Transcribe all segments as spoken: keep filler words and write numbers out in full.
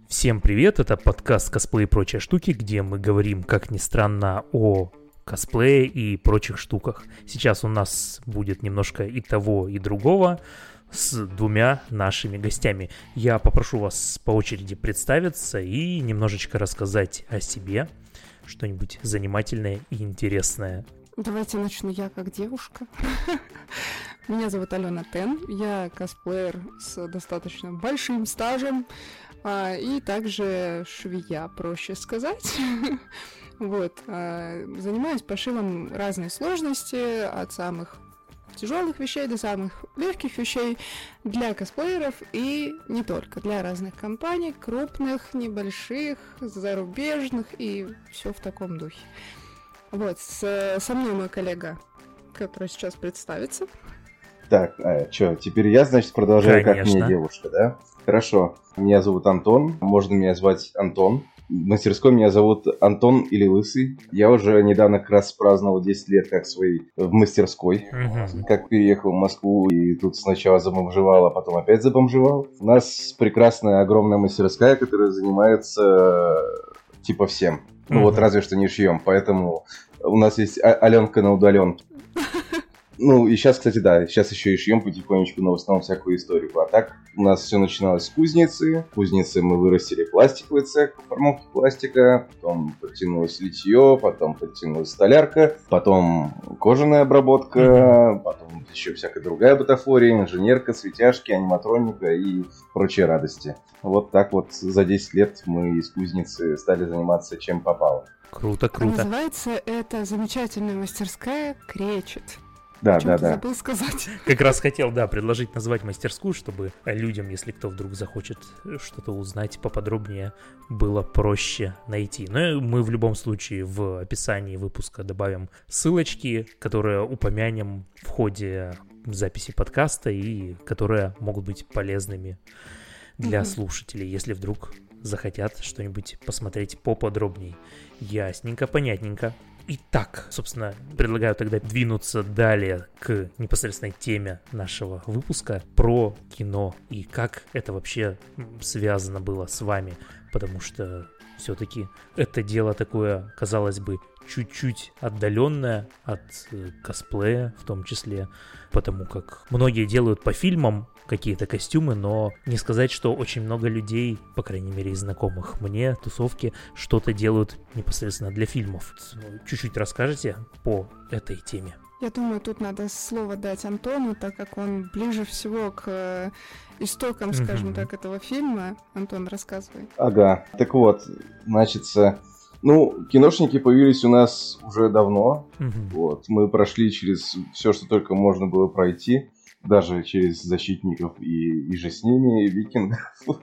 Всем привет, это подкаст «Косплей и прочие штуки», где мы говорим, как ни странно, о косплее и прочих штуках. Сейчас у нас будет немножко и того, и другого с двумя нашими гостями. Я попрошу вас по очереди представиться и немножечко рассказать о себе, что-нибудь занимательное и интересное. Давайте начну я как девушка. Меня зовут Алена Тен, я косплеер с достаточно большим стажем, а, и также швея, проще сказать. Вот, а, занимаюсь пошивом разной сложности, от самых тяжелых вещей до самых легких вещей для косплееров и не только, для разных компаний, крупных, небольших, зарубежных и все в таком духе. Вот, с, со мной мой коллега, который сейчас представится. Так, а что, теперь я, значит, продолжаю, Конечно. Как мне девушка, да? Хорошо. Меня зовут Антон, можно меня звать Антон. В мастерской меня зовут Антон или Лысый. Я уже недавно как раз праздновал десять лет как своей в мастерской. Uh-huh. Как переехал в Москву и тут сначала забомжевал, а потом опять забомжевал. У нас прекрасная огромная мастерская, которая занимается типа всем. Ну uh-huh. вот разве что не шьем, поэтому у нас есть а- Аленка на удаленке. Ну, и сейчас, кстати, да, сейчас еще и шьем потихонечку, но в основном всякую историку. А так у нас все начиналось с кузницы. В кузнице мы вырастили пластиковый цех, формовки пластика. Потом подтянулось литье, потом подтянулась столярка, потом кожаная обработка, mm-hmm. потом еще всякая другая бутафория, инженерка, светяшки, аниматроника и прочие радости. Вот так вот за десять лет мы из кузницы стали заниматься чем попало. Круто, круто. А называется это замечательная мастерская «Кречет». Да, Что-то да, да. забыл сказать. Как раз хотел, да, предложить назвать мастерскую, чтобы людям, если кто вдруг захочет что-то узнать поподробнее, было проще найти. Но мы в любом случае в описании выпуска добавим ссылочки, которые упомянем в ходе записи подкаста и которые могут быть полезными для mm-hmm. слушателей, если вдруг захотят что-нибудь посмотреть поподробнее. Ясненько, понятненько. Итак, собственно, предлагаю тогда двинуться далее к непосредственной теме нашего выпуска про кино и как это вообще связано было с вами, потому что все-таки это дело такое, казалось бы, чуть-чуть отдаленное от косплея в том числе, потому как многие делают по фильмам какие-то костюмы, но не сказать, что очень много людей, по крайней мере из знакомых мне, тусовки, что-то делают непосредственно для фильмов. Чуть-чуть расскажете по этой теме? Я думаю, тут надо слово дать Антону, так как он ближе всего к истокам, скажем mm-hmm. так, этого фильма. Антон, рассказывай. Ага, так вот, значит, ну, киношники появились у нас уже давно. Mm-hmm. Вот, мы прошли через все, что только можно было пройти. Даже через защитников и, и же с ними, и викингов.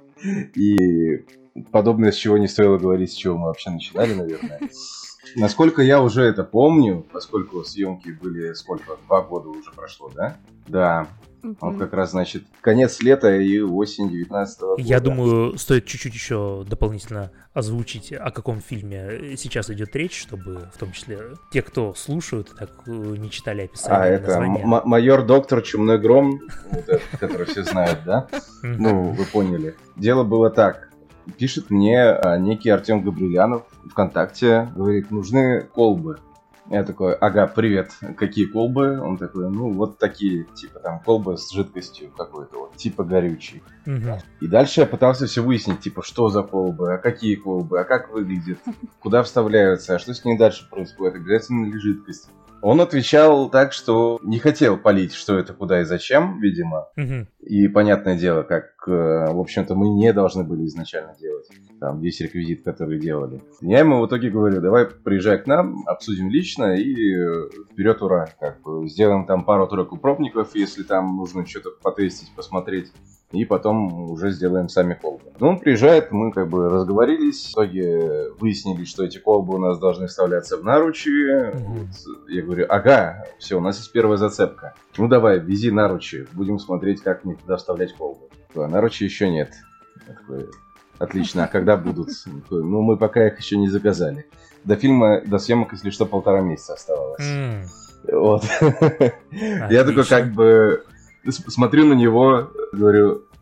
И подобное, с чего не стоило говорить, с чего мы вообще начинали, наверное. Насколько я уже это помню, поскольку съемки были, сколько, два года уже прошло, да? Да. Mm-hmm. Вот как раз, значит, конец лета и осень девятнадцатого года. Я думаю, стоит чуть-чуть еще дополнительно озвучить, о каком фильме сейчас идет речь, чтобы в том числе те, кто слушают, так не читали описание. А, это м- майор доктор Чумной Гром, который все знают, да? Ну, вы поняли. Дело было так. Пишет мне некий Артем Габрилянов ВКонтакте, говорит, нужны колбы. Я такой, ага, привет, какие колбы? Он такой, ну, вот такие, типа, там, колбы с жидкостью какой-то, вот, типа горючей. Угу. И дальше я пытался все выяснить, типа, что за колбы, а какие колбы, а как выглядят, куда вставляются, а что с ней дальше происходит, обязательно ли жидкость. Он отвечал так, что не хотел палить, что это, куда и зачем, видимо. Угу. И понятное дело, как, в общем-то, мы не должны были изначально делать. Там весь реквизит, который делали. Я ему в итоге говорю, давай приезжай к нам, обсудим лично и вперед, ура. Как бы сделаем там пару-тройку пробников, если там нужно что-то потестить, посмотреть. И потом уже сделаем сами колбы. Ну, он приезжает, мы как бы разговорились. В итоге выяснили, что эти колбы у нас должны вставляться в наручи. Mm-hmm. Вот. Я говорю, ага, все, у нас есть первая зацепка. Ну, давай, вези наручи, будем смотреть, как мне туда вставлять колбы. А наручи еще нет. Я такой, отлично, а когда будут? Такой, ну, мы пока их еще не заказали. До фильма, до съемок, если что, полтора месяца оставалось. Mm. Вот. Я такой как бы смотрю на него, говорю,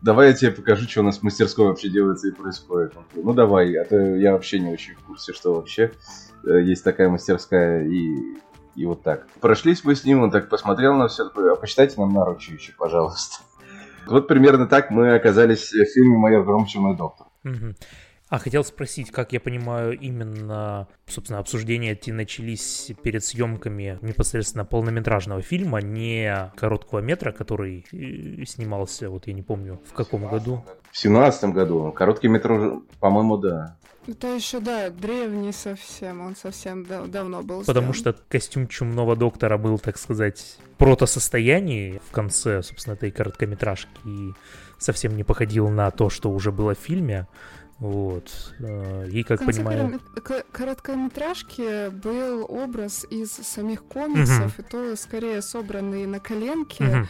давай я тебе покажу, что у нас в мастерской вообще делается и происходит. Он говорит, ну давай, а то я вообще не очень в курсе, что вообще э, есть такая мастерская, и, и вот так. Прошлись мы с ним, он так посмотрел на все, такой, а почитайте нам наручи еще, пожалуйста. Вот примерно так мы оказались в фильме «Майор Гром. Чумной доктор». Угу. А хотел спросить, как я понимаю, именно, собственно, обсуждения эти начались перед съемками непосредственно полнометражного фильма, не короткого метра, который снимался, вот я не помню, в каком году? В семнадцатом году. Короткий метр, по-моему, да. Это еще, да, древний совсем, он совсем дав- давно был Потому сделан. что костюм Чумного доктора был, так сказать, в протосостоянии в конце, собственно, этой короткометражки и совсем не походил на то, что уже было в фильме. Вот. И, как в конце понимаю... кор- короткометражки был образ из самих комиксов, Мгм. и то скорее собранный на коленке. Мгм.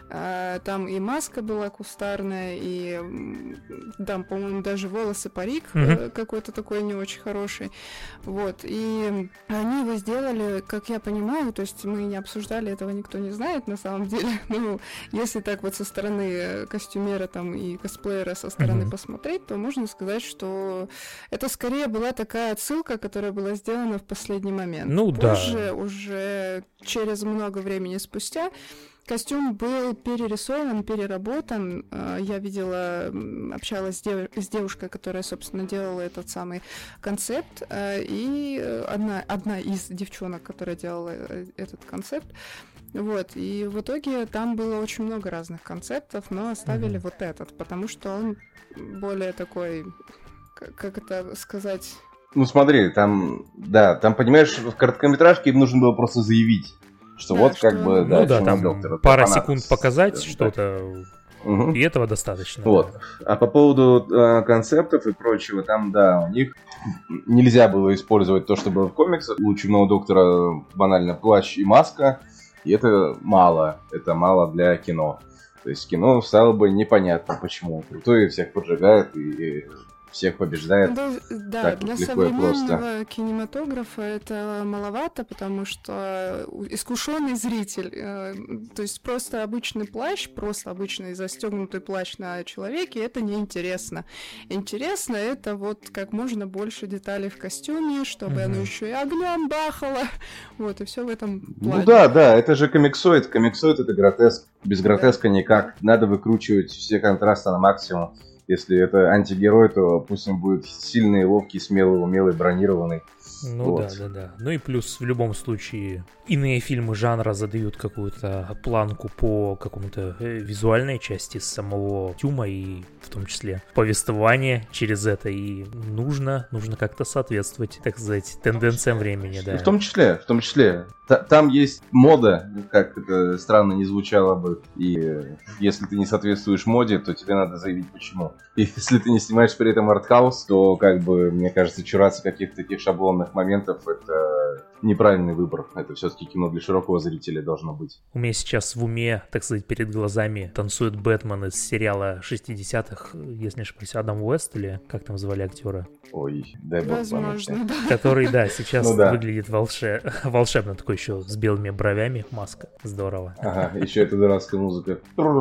А, Там и маска была кустарная, и м, там, по-моему, даже волосы, парик Мгм. э, какой-то такой не очень хороший. Вот. И они его сделали, как я понимаю, то есть мы не обсуждали, этого никто не знает на самом деле. Ну, если так вот со стороны костюмера там и косплеера со стороны Мгм. посмотреть, то можно сказать, что это скорее была такая отсылка, которая была сделана в последний момент. Ну да. Позже, уже через много времени спустя, костюм был перерисован, переработан. Э, Я видела, м, общалась с, дев- с девушкой, которая, собственно, делала этот самый концепт. э, И э, одна, одна из девчонок, которая делала э, этот концепт. Вот. И в итоге там было очень много разных концептов, но оставили Мгм. вот этот, потому что он более такой, к- как это сказать... Ну смотри, там, да, там, понимаешь, в короткометражке им нужно было просто заявить, что Да, вот что- как бы, Ну да, Ну да, Чумной там доктор, это пара фанат. секунд показать Да, что-то, Мгм. и этого достаточно. Вот. А по поводу э, концептов и прочего, там, да, у них нельзя было использовать то, что было в комиксах. У Чумного доктора банально плащ и маска, и это мало, это мало для кино. То есть кино стало бы непонятно, почему он крутой, всех поджигает и всех побеждает. Да, да, так для легко и современного кинематографа это маловато, потому что искушенный зритель, э, то есть просто обычный плащ, просто обычный застегнутый плащ на человеке, это неинтересно. Интересно это вот как можно больше деталей в костюме, чтобы Мгм. оно еще и огнем бахало, вот, и все в этом плане. Ну да, да, это же комиксоид. Комиксоид это гротеск. Без гротеска никак. Надо выкручивать все контрасты на максимум. Если это антигерой, то пусть он будет сильный, ловкий, смелый, умелый, бронированный. Ну Вот. да, да, да. Ну и плюс в любом случае иные фильмы жанра задают какую-то планку по какому-то э, визуальной части самого костюма и в том числе повествование через это, и нужно, нужно как-то соответствовать, так сказать, тенденциям времени, да. В том числе, в том числе. Та- Там есть мода, как это странно не звучало бы. И э, если ты не соответствуешь моде, то тебе надо заявить почему. И если ты не снимаешь при этом артхаус, то, как бы, мне кажется, чураться каких-то таких шаблонных моментов — это неправильный выбор. Это все-таки кино для широкого зрителя должно быть. У меня сейчас в уме, так сказать, перед глазами танцует Бэтмен из сериала шестидесятых, если не ошибаюсь, Адам Уэст, или как там звали актера, Ой, дай бог памяти. Возможно, да. который, да, сейчас Ну да. выглядит волше... волшебно, такой еще с белыми бровями, маска, здорово. Ага, еще эта дурацкая музыка.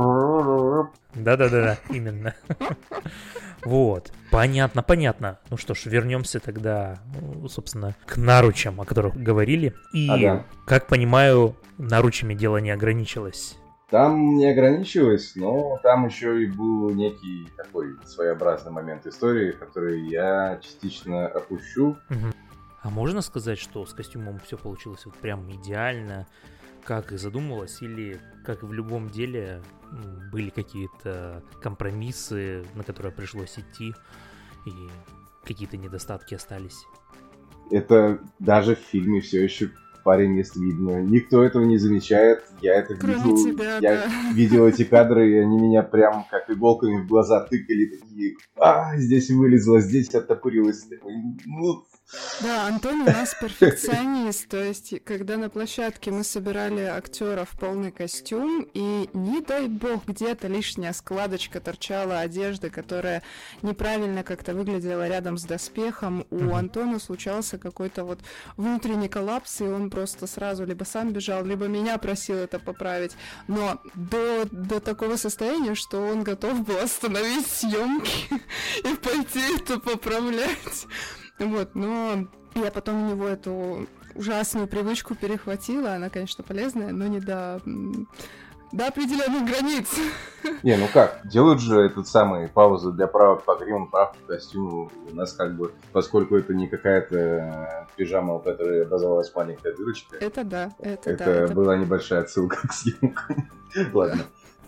Да-да-да, именно. Вот, понятно, понятно. Ну что ж, вернемся тогда, ну, собственно, к наручам, о которых говорили. И, Ага. как понимаю, наручами дело не ограничилось. Там не ограничилось, но там еще и был некий такой своеобразный момент истории, который я частично опущу. Мгм. А можно сказать, что с костюмом все получилось вот прям идеально, как и задумывалось, или, как и в любом деле, м, были какие-то компромиссы, на которые пришлось идти, и какие-то недостатки остались? Это даже в фильме все еще паре мест видно. Никто этого не замечает. Я это Кроме вижу. тебя, я да. видел эти кадры, и они меня прям как иголками в глаза тыкали. Такие, а, здесь вылезло, здесь оттопырилось. Такой, ну, Да, Антон у нас перфекционист, то есть когда на площадке мы собирали актеров в полный костюм, и не дай бог где-то лишняя складочка торчала одежды, которая неправильно как-то выглядела рядом с доспехом, у mm-hmm. Антона случался какой-то вот внутренний коллапс, и он просто сразу либо сам бежал, либо меня просил это поправить, но до, до такого состояния, что он готов был остановить съемки и пойти это поправлять. Вот, но я потом у него эту ужасную привычку перехватила. Она, конечно, полезная, но не до, до определенных границ. Не, ну как, делают же этот самый паузы для правок по гриму, правки по костюму. У нас как бы, поскольку это не какая-то пижама, у которой образовалась маленькая дырочка. Это да, это, это да. Это была небольшая отсылка к съемкам. Ладно.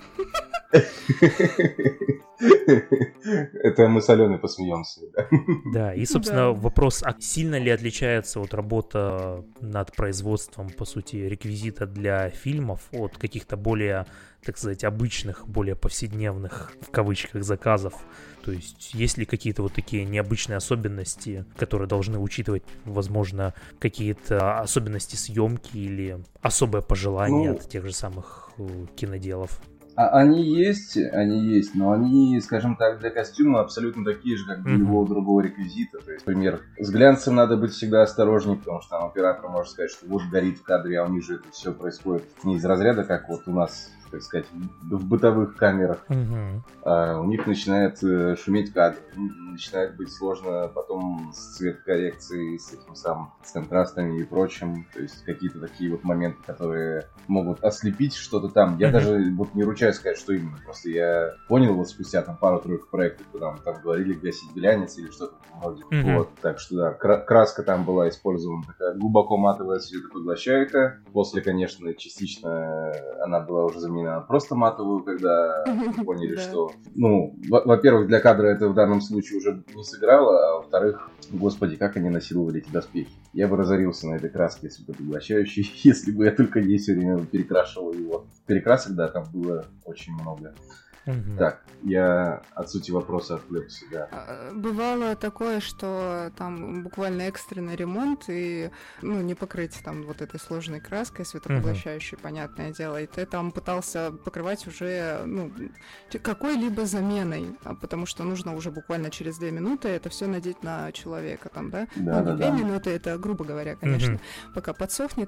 Это мы с Аленой посмеемся. Да, да и, собственно, да. вопрос, а сильно ли отличается вот работа над производством, по сути, реквизита для фильмов от каких-то более, так сказать, обычных, более повседневных, в кавычках, заказов? То есть есть ли какие-то вот такие необычные особенности, которые должны учитывать, возможно, какие-то особенности съемки или особое пожелание ну... от тех же самых киноделов? А они есть, они есть, но они, скажем так, для костюма абсолютно такие же, как для mm-hmm. любого другого реквизита. То есть, например, с глянцем надо быть всегда осторожнее, потому что там оператор может сказать, что вот горит в кадре, а у них же это все происходит не из разряда, как вот у нас, так сказать, в бытовых камерах. Mm-hmm. А у них начинает э, шуметь кадр, начинает быть сложно потом с цветокоррекцией, с этим самым, с контрастами и прочим. То есть какие-то такие вот моменты, которые могут ослепить что-то там. Я mm-hmm. даже вот не ручаюсь сказать, что именно. Просто я понял вот спустя там пару-тройку проектов, когда мы там говорили гасить глянец или что-то вроде. Mm-hmm. Вот, так что да, краска там была использована такая глубоко матовая, светопоглощающая. После, конечно, частично она была уже заменена на просто матовую, когда поняли, что, ну, во-первых, для кадра это в данном случае уже не сыграло, а во-вторых, господи, как они насиловали эти доспехи. Я бы разорился на этой краске светопоглощающей, если бы я только не все время перекрашивал его. Перекрасок, да, там было очень много. Угу. Так, я от сути вопроса отвлекся, да. Бывало такое, что там буквально экстренный ремонт и, ну, не покрыть там вот этой сложной краской светопоглощающей, угу. понятное дело, и ты там пытался покрывать уже, ну, какой-либо заменой, потому что нужно уже буквально через две минуты это все надеть на человека там, да? Да, ну, да, не две да. минуты, это грубо говоря, конечно. Угу. Пока подсохнет,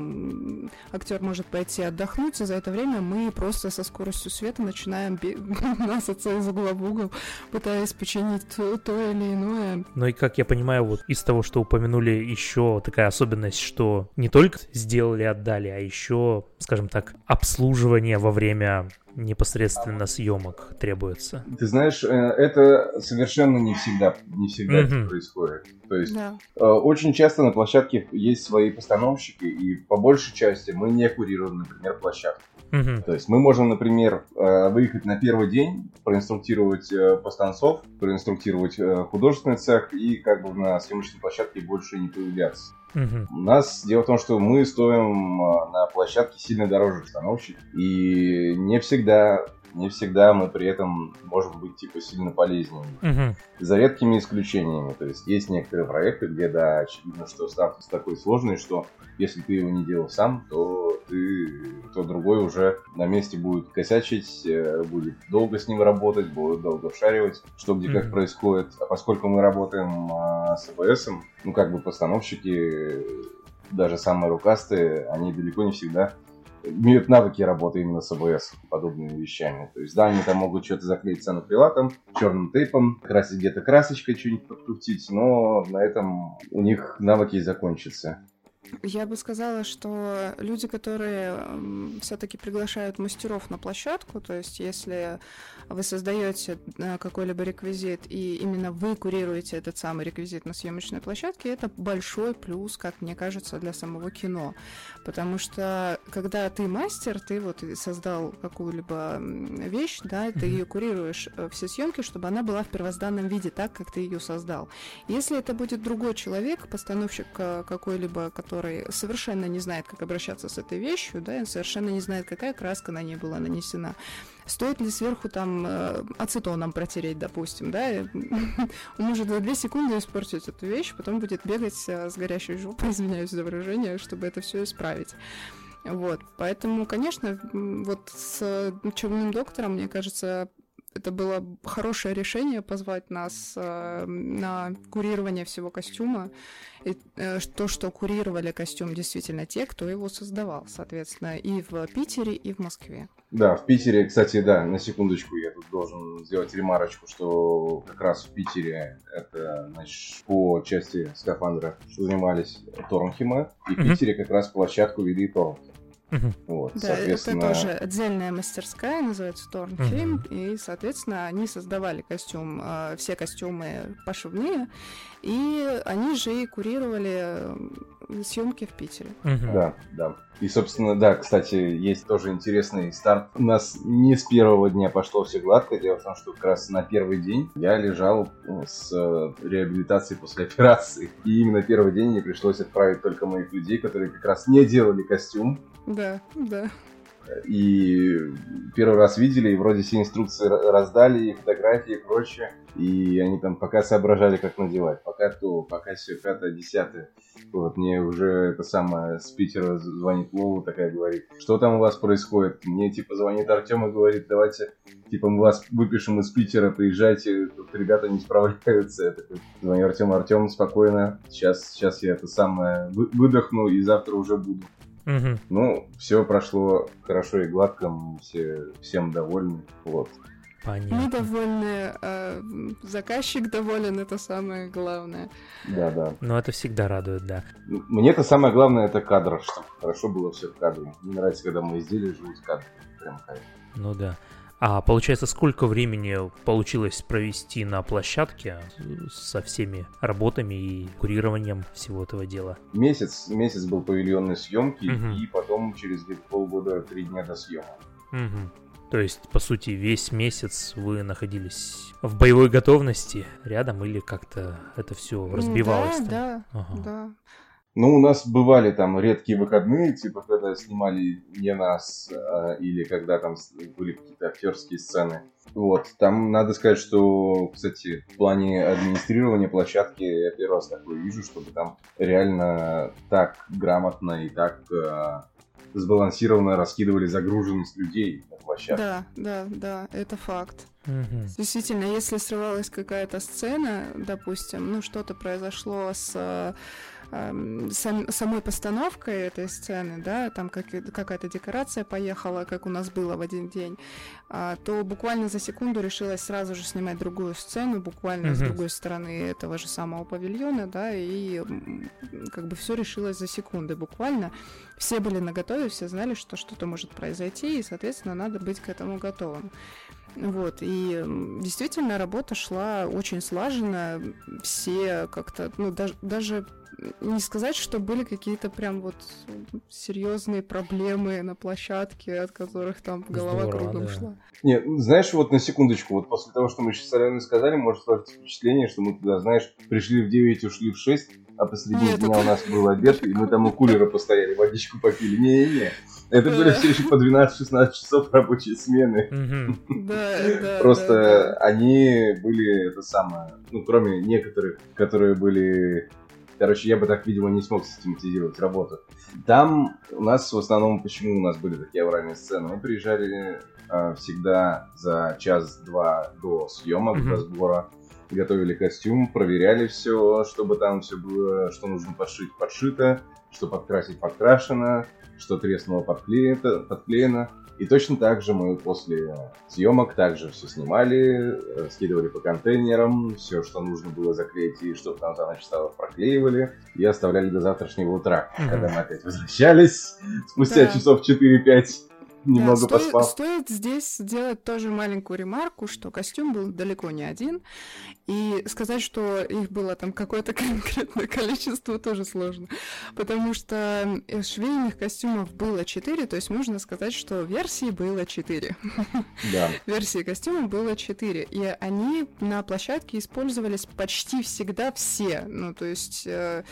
там актер может пойти отдохнуть, и за это время мы просто со скоростью света начинаем насаться из угла в угол, пытаясь починить то, то или иное. Ну и, как я понимаю, вот из того, что упомянули, еще такая особенность, что не только сделали, отдали, а еще, скажем так, обслуживание во время непосредственно съемок требуется. Ты знаешь, это совершенно не всегда, не всегда mm-hmm. это происходит. То есть да. очень часто на площадке есть свои постановщики, и по большей части мы не курируем, например, площадку. Uh-huh. То есть мы можем, например, выехать на первый день, проинструктировать постанцов, проинструктировать художественный цех и как бы на съемочной площадке больше не появляться. Uh-huh. У нас дело в том, что мы стоим на площадке сильно дороже постановщиков, и не всегда... Не всегда мы при этом можем быть типа сильно полезнее. Uh-huh. За редкими исключениями. То есть есть некоторые проекты, где, да, очевидно, что статус такой сложный, что если ты его не делал сам, то ты, то другой уже на месте будет косячить, будет долго с ним работать, будет долго вшаривать, что где uh-huh. как происходит. А поскольку мы работаем а, с АБСом, ну как бы постановщики, даже самые рукастые, они далеко не всегда имеют навыки работы именно с АБС, подобными вещами. То есть, да, они там могут что-то заклеить ценоприлатом, черным тейпом, красить где-то красочкой, что-нибудь подкрутить, но на этом у них навыки и закончатся. Я бы сказала, что люди, которые э, все-таки приглашают мастеров на площадку, то есть если вы создаете э, какой-либо реквизит и именно вы курируете этот самый реквизит на съемочной площадке, это большой плюс, как мне кажется, для самого кино. Потому что когда ты мастер, ты вот создал какую-либо вещь, да, ты ее курируешь э, все съемки, чтобы она была в первозданном виде, так, как ты ее создал. Если это будет другой человек, постановщик э, какой-либо, который который совершенно не знает, как обращаться с этой вещью, да, и совершенно не знает, какая краска на ней была нанесена. Стоит ли сверху там ацетоном протереть, допустим, да, он может за две секунды испортить эту вещь, потом будет бегать с горящей жопой, извиняюсь за выражение, чтобы это все исправить. Вот, поэтому, конечно, вот с Чумным доктором, мне кажется, это было хорошее решение позвать нас э, на курирование всего костюма. И, э, то, что курировали костюм действительно те, кто его создавал, соответственно, и в Питере, и в Москве. Да, в Питере, кстати, да, на секундочку я тут должен сделать ремарочку, что как раз в Питере это, значит, по части скафандра занимались Торнхема, и в Питере как раз площадку вели Торнхем. Uh-huh. Вот, да, соответственно... это тоже отдельная мастерская, называется Торнхейм, uh-huh. и, соответственно, они создавали костюм, э, все костюмы пошивные, и они же и курировали съемки в Питере. Uh-huh. Да, да. И, собственно, да, кстати, есть тоже интересный старт. У нас не с первого дня пошло все гладко. Дело в том, что как раз на первый день я лежал с реабилитацией после операции. И именно первый день мне пришлось отправить только моих людей, которые как раз не делали костюм. Да, да. И первый раз видели, и вроде все инструкции раздали, и фотографии, и прочее. И они там пока соображали, как надевать. Пока то, пока все, пятое, десятое. Вот, мне уже это самое с Питера звонит Лола, такая говорит, что там у вас происходит? Мне типа звонит Артем и говорит, давайте, типа мы вас выпишем из Питера, приезжайте, тут ребята не справляются. Я такой, звоню Артему, Артем, спокойно, сейчас, сейчас я это самое выдохну и завтра уже буду. Угу. Ну, все прошло хорошо и гладко, мы все, всем довольны, вот. Понятно. Мы довольны, э, заказчик доволен, это самое главное. Да, да. Ну, это всегда радует, да. Мне-то самое главное это кадр, чтобы хорошо было все в кадре. Мне нравится, когда мои изделия живут в кадре. Прям кайф. Ну да. А получается, сколько времени получилось провести на площадке со всеми работами и курированием всего этого дела? Месяц. Месяц был павильонной съемки, угу. и потом через где-то полгода, три дня до съемок. Угу. То есть, по сути, весь месяц вы находились в боевой готовности рядом или как-то это все разбивалось? Да, да, ага. да. Ну, у нас бывали там редкие выходные, типа, когда снимали не нас, а, или когда там были какие-то актерские сцены. Вот, там надо сказать, что, кстати, в плане администрирования площадки я первый раз такое вижу, чтобы там реально так грамотно и так э, сбалансированно раскидывали загруженность людей на площадке. Да, да, да, это факт. Угу. Действительно, если срывалась какая-то сцена, допустим, ну, что-то произошло с... Сам, самой постановкой этой сцены, да, там как, какая-то декорация поехала, как у нас было в один день, а, то буквально за секунду решилась сразу же снимать другую сцену, буквально mm-hmm. с другой стороны этого же самого павильона, да, и как бы все решилось за секунды буквально. Все были наготове, все знали, что что-то может произойти, и, соответственно, надо быть к этому готовым. Вот, и действительно работа шла очень слаженно, все как-то, ну, даже, даже не сказать, что были какие-то прям вот серьезные проблемы на площадке, от которых там голова Здорово, кругом да. шла. Не, знаешь, вот на секундочку, вот после того, что мы сейчас с Аленой сказали, может сложиться впечатление, что мы туда, знаешь, пришли в девять, ушли в шесть, а посреди Нет, дня это... у нас был обед, и мы там у кулера постояли, водичку попили. Не-не-не. Это были все еще по двенадцать-шестнадцать часов рабочие смены. Да, да. Просто они были это самое, ну, кроме некоторых, которые были... Короче, я бы так, видимо, не смог систематизировать работу. Там у нас в основном, почему у нас были такие авральные сцены, мы приезжали э, всегда за час-два до съемок, mm-hmm. до сбора, готовили костюм, проверяли все, чтобы там все было, что нужно подшить, подшито, что подкрасить, подкрашено, что треснуло, подклеено, подклеено. И точно так же мы после съемок также все снимали, скидывали по контейнерам, все, что нужно было заклеить и что там за ночь стало, проклеивали и оставляли до завтрашнего утра, mm-hmm. когда мы опять возвращались спустя да. часов четыре-пять. Немного да, поспав. Стоит, стоит здесь сделать тоже маленькую ремарку, что костюм был далеко не один, и сказать, что их было там какое-то конкретное количество, тоже сложно, потому что швейных костюмов было четыре, то есть можно сказать, что версий было четыре. Да. Версии костюма было четыре, и они на площадке использовались почти всегда все, ну то есть...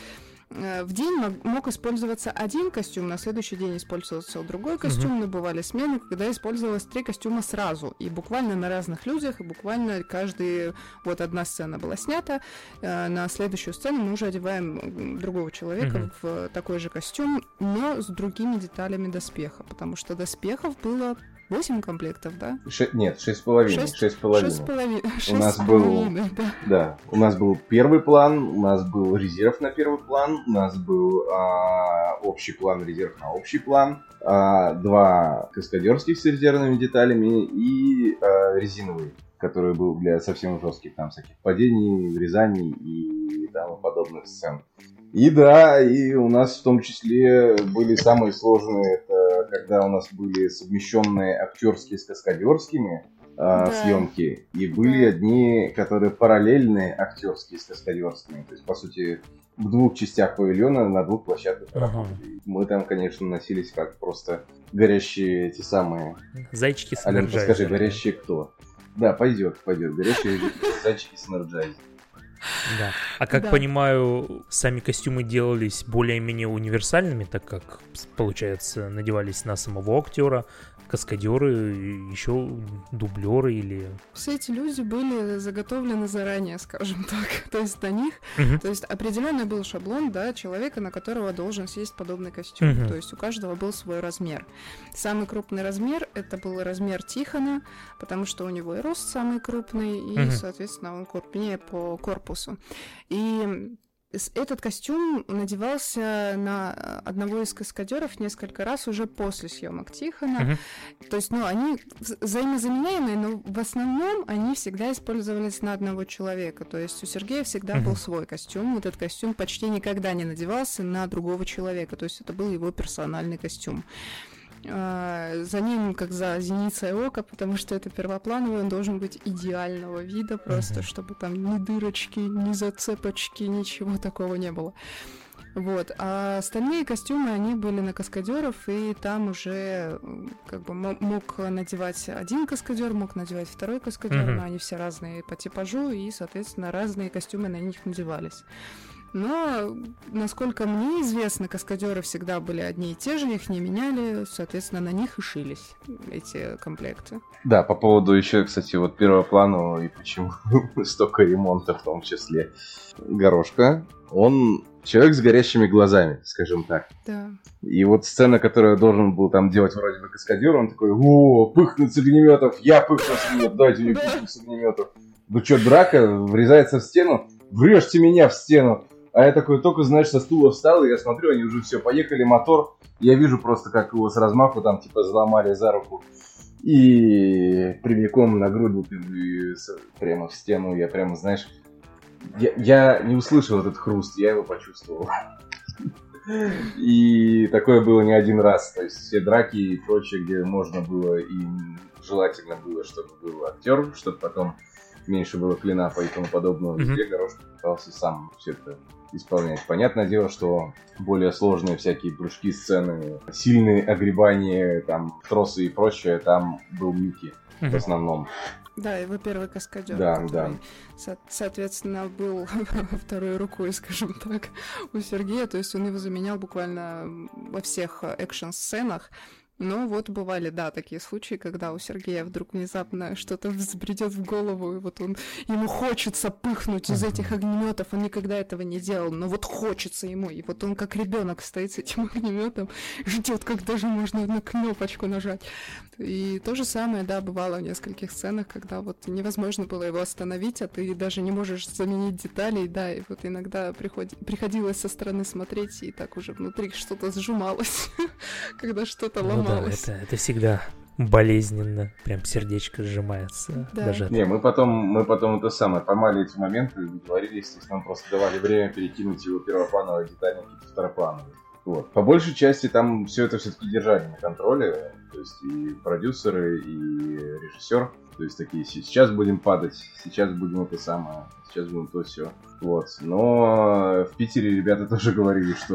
в день мог, мог использоваться один костюм, на следующий день использовался другой костюм, uh-huh. но бывали смены, когда использовалось три костюма сразу, и буквально на разных людях, и буквально каждый, вот одна сцена была снята, на следующую сцену мы уже одеваем другого человека uh-huh. в такой же костюм, но с другими деталями доспеха, потому что доспехов было восемь комплектов, да? Ше- нет, шесть с половиной. Шесть с половиной. У нас был, да. да, у нас был первый план, у нас был резерв на первый план, у нас был а, общий план, резерв на общий план, а, два каскадерских с резервными деталями и а, резиновый, который был для совсем жестких там всяких падений, врезаний и тому подобных сцен. И да, и у нас в том числе были самые сложные, это когда у нас были совмещенные актерские с каскадерскими э, да. съемки, и были да. одни, которые параллельные актерские с каскадерскими. То есть, по сути, в двух частях павильона на двух площадках работали. Ага. Мы там, конечно, носились как просто горящие эти самые... Зайчики с Ален, подскажи, горящие кто? Да, пойдет, пойдет. Горящие зайчики с энерджайзером. Да. А как да. понимаю, сами костюмы делались более-менее универсальными, так как, получается, надевались на самого актера, каскадеры, еще дублеры или... Все эти люди были заготовлены заранее, скажем так. То есть на них, uh-huh. то есть определенный был шаблон, да, человека, на которого должен сесть подобный костюм. Uh-huh. То есть у каждого был свой размер. Самый крупный размер — это был размер Тихона, потому что у него и рост самый крупный, и, uh-huh. соответственно, он крупнее по корпусу. И этот костюм надевался на одного из каскадеров несколько раз уже после съемок Тихона. Uh-huh. То есть, ну, они взаимозаменяемые, но в основном они всегда использовались на одного человека. То есть у Сергея всегда uh-huh. был свой костюм. Этот костюм почти никогда не надевался на другого человека. То есть это был его персональный костюм. За ним, как за зеницей ока, потому что это первоплановый, он должен быть идеального вида, просто, uh-huh. чтобы там ни дырочки, ни зацепочки, ничего такого не было. Вот. А остальные костюмы, они были на каскадеров, и там уже как бы мог надевать один каскадер, мог надевать второй каскадер, uh-huh. но они все разные по типажу, и, соответственно, разные костюмы на них надевались. Но, насколько мне известно, каскадеры всегда были одни и те же, их не меняли, соответственно, на них и шились эти комплекты. Да, по поводу еще, кстати, вот первого плана и почему столько ремонта в том числе. Горошка, он человек с горящими глазами, скажем так. Да. И вот сцена, которую должен был там делать вроде бы каскадер, он такой: о, пыхнуть с огнеметов, я пыхну с огнеметов, дайте мне пыхнуть с огнеметов. Ну что, драка, врезается в стену, врежьте меня в стену. А я такой только, знаешь, со стула встал, и я смотрю, они уже все, поехали, мотор. Я вижу просто, как его с размаху там типа заломали за руку. И прямиком на грудь прямо в стену. Я прямо, знаешь, я, я не услышал этот хруст, я его почувствовал. И такое было не один раз. То есть все драки и прочее, где можно было, и желательно было, чтобы был актер, чтобы потом меньше было клинапа и тому подобного. Везде mm-hmm. Горошка пытался сам все это исполнять. Понятное дело, что более сложные всякие прыжки, сцены, сильные огребания, там, тросы и прочее, там был Микки mm-hmm. в основном. Да, его первый каскадер, да, который, да. со- соответственно, был второй рукой, скажем так, у Сергея. То есть он его заменял буквально во всех экшн-сценах. Но вот бывали, да, такие случаи, когда у Сергея вдруг внезапно что-то взбредет в голову, и вот он, ему хочется пыхнуть из этих огнеметов, он никогда этого не делал, но вот хочется ему, и вот он как ребенок стоит с этим огнеметом, ждет, когда же можно на кнопочку нажать. И то же самое, да, бывало в нескольких сценах, когда вот невозможно было его остановить, а ты даже не можешь заменить детали, да, и вот иногда приход... приходилось со стороны смотреть, и так уже внутри что-то сжималось, когда что-то ломалось. Да, это, это всегда болезненно, прям сердечко сжимается. Да. Даже не, мы потом, мы потом это самое, поймали эти моменты, договорились, то есть нам просто давали время перекинуть его первоплановые детали на какие-то второплановые. Вот. По большей части там все это все-таки держали на контроле, то есть и продюсеры, и режиссер, то есть такие: сейчас будем падать, сейчас будем это самое, сейчас будем то все. Вот. Но в Питере ребята тоже говорили, что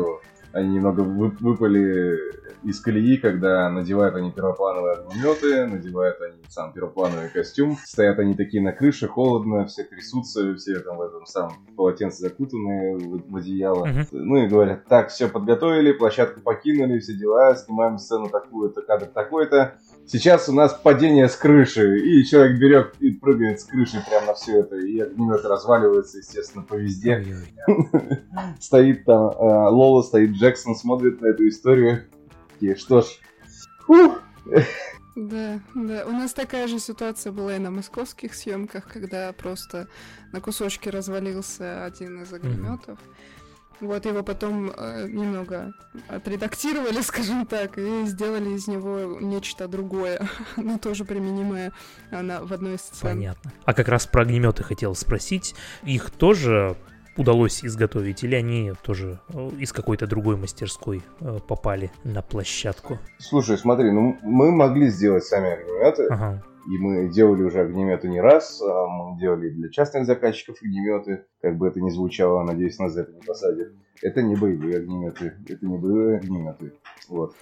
они немного вы- выпали из колеи, когда надевают они первоплановые огнеметы, надевают они сам первоплановый костюм. Стоят они такие на крыше, холодно, все трясутся, все там в этом самом полотенце закутанные в, в одеяло. Мгм. Ну и говорят, так, все подготовили, площадку покинули, все дела, снимаем сцену такую-то, кадр такой-то. Сейчас у нас падение с крыши, и человек берет и прыгает с крыши прямо на все это, и огнемет разваливается, естественно, по везде. Ой-ой. Стоит там э, Лола, стоит Джексон, смотрит на эту историю. И что ж, фух. Да, да. У нас такая же ситуация была и на московских съемках, когда просто на кусочки развалился один из огнеметов. Вот его потом э, немного отредактировали, скажем так, и сделали из него нечто другое, но тоже применимое э, на, в одной из сцен. Понятно. А как раз про огнеметы хотел спросить. Их тоже удалось изготовить, или они тоже э, из какой-то другой мастерской э, попали на площадку? Слушай, смотри, ну мы могли сделать сами огнеметы, Ага. и мы делали уже огнеметы не раз, а мы делали для частных заказчиков огнеметы, как бы это ни звучало, надеюсь, нас за это не посадят. Это не боевые огнеметы, это не боевые огнеметы. Вот.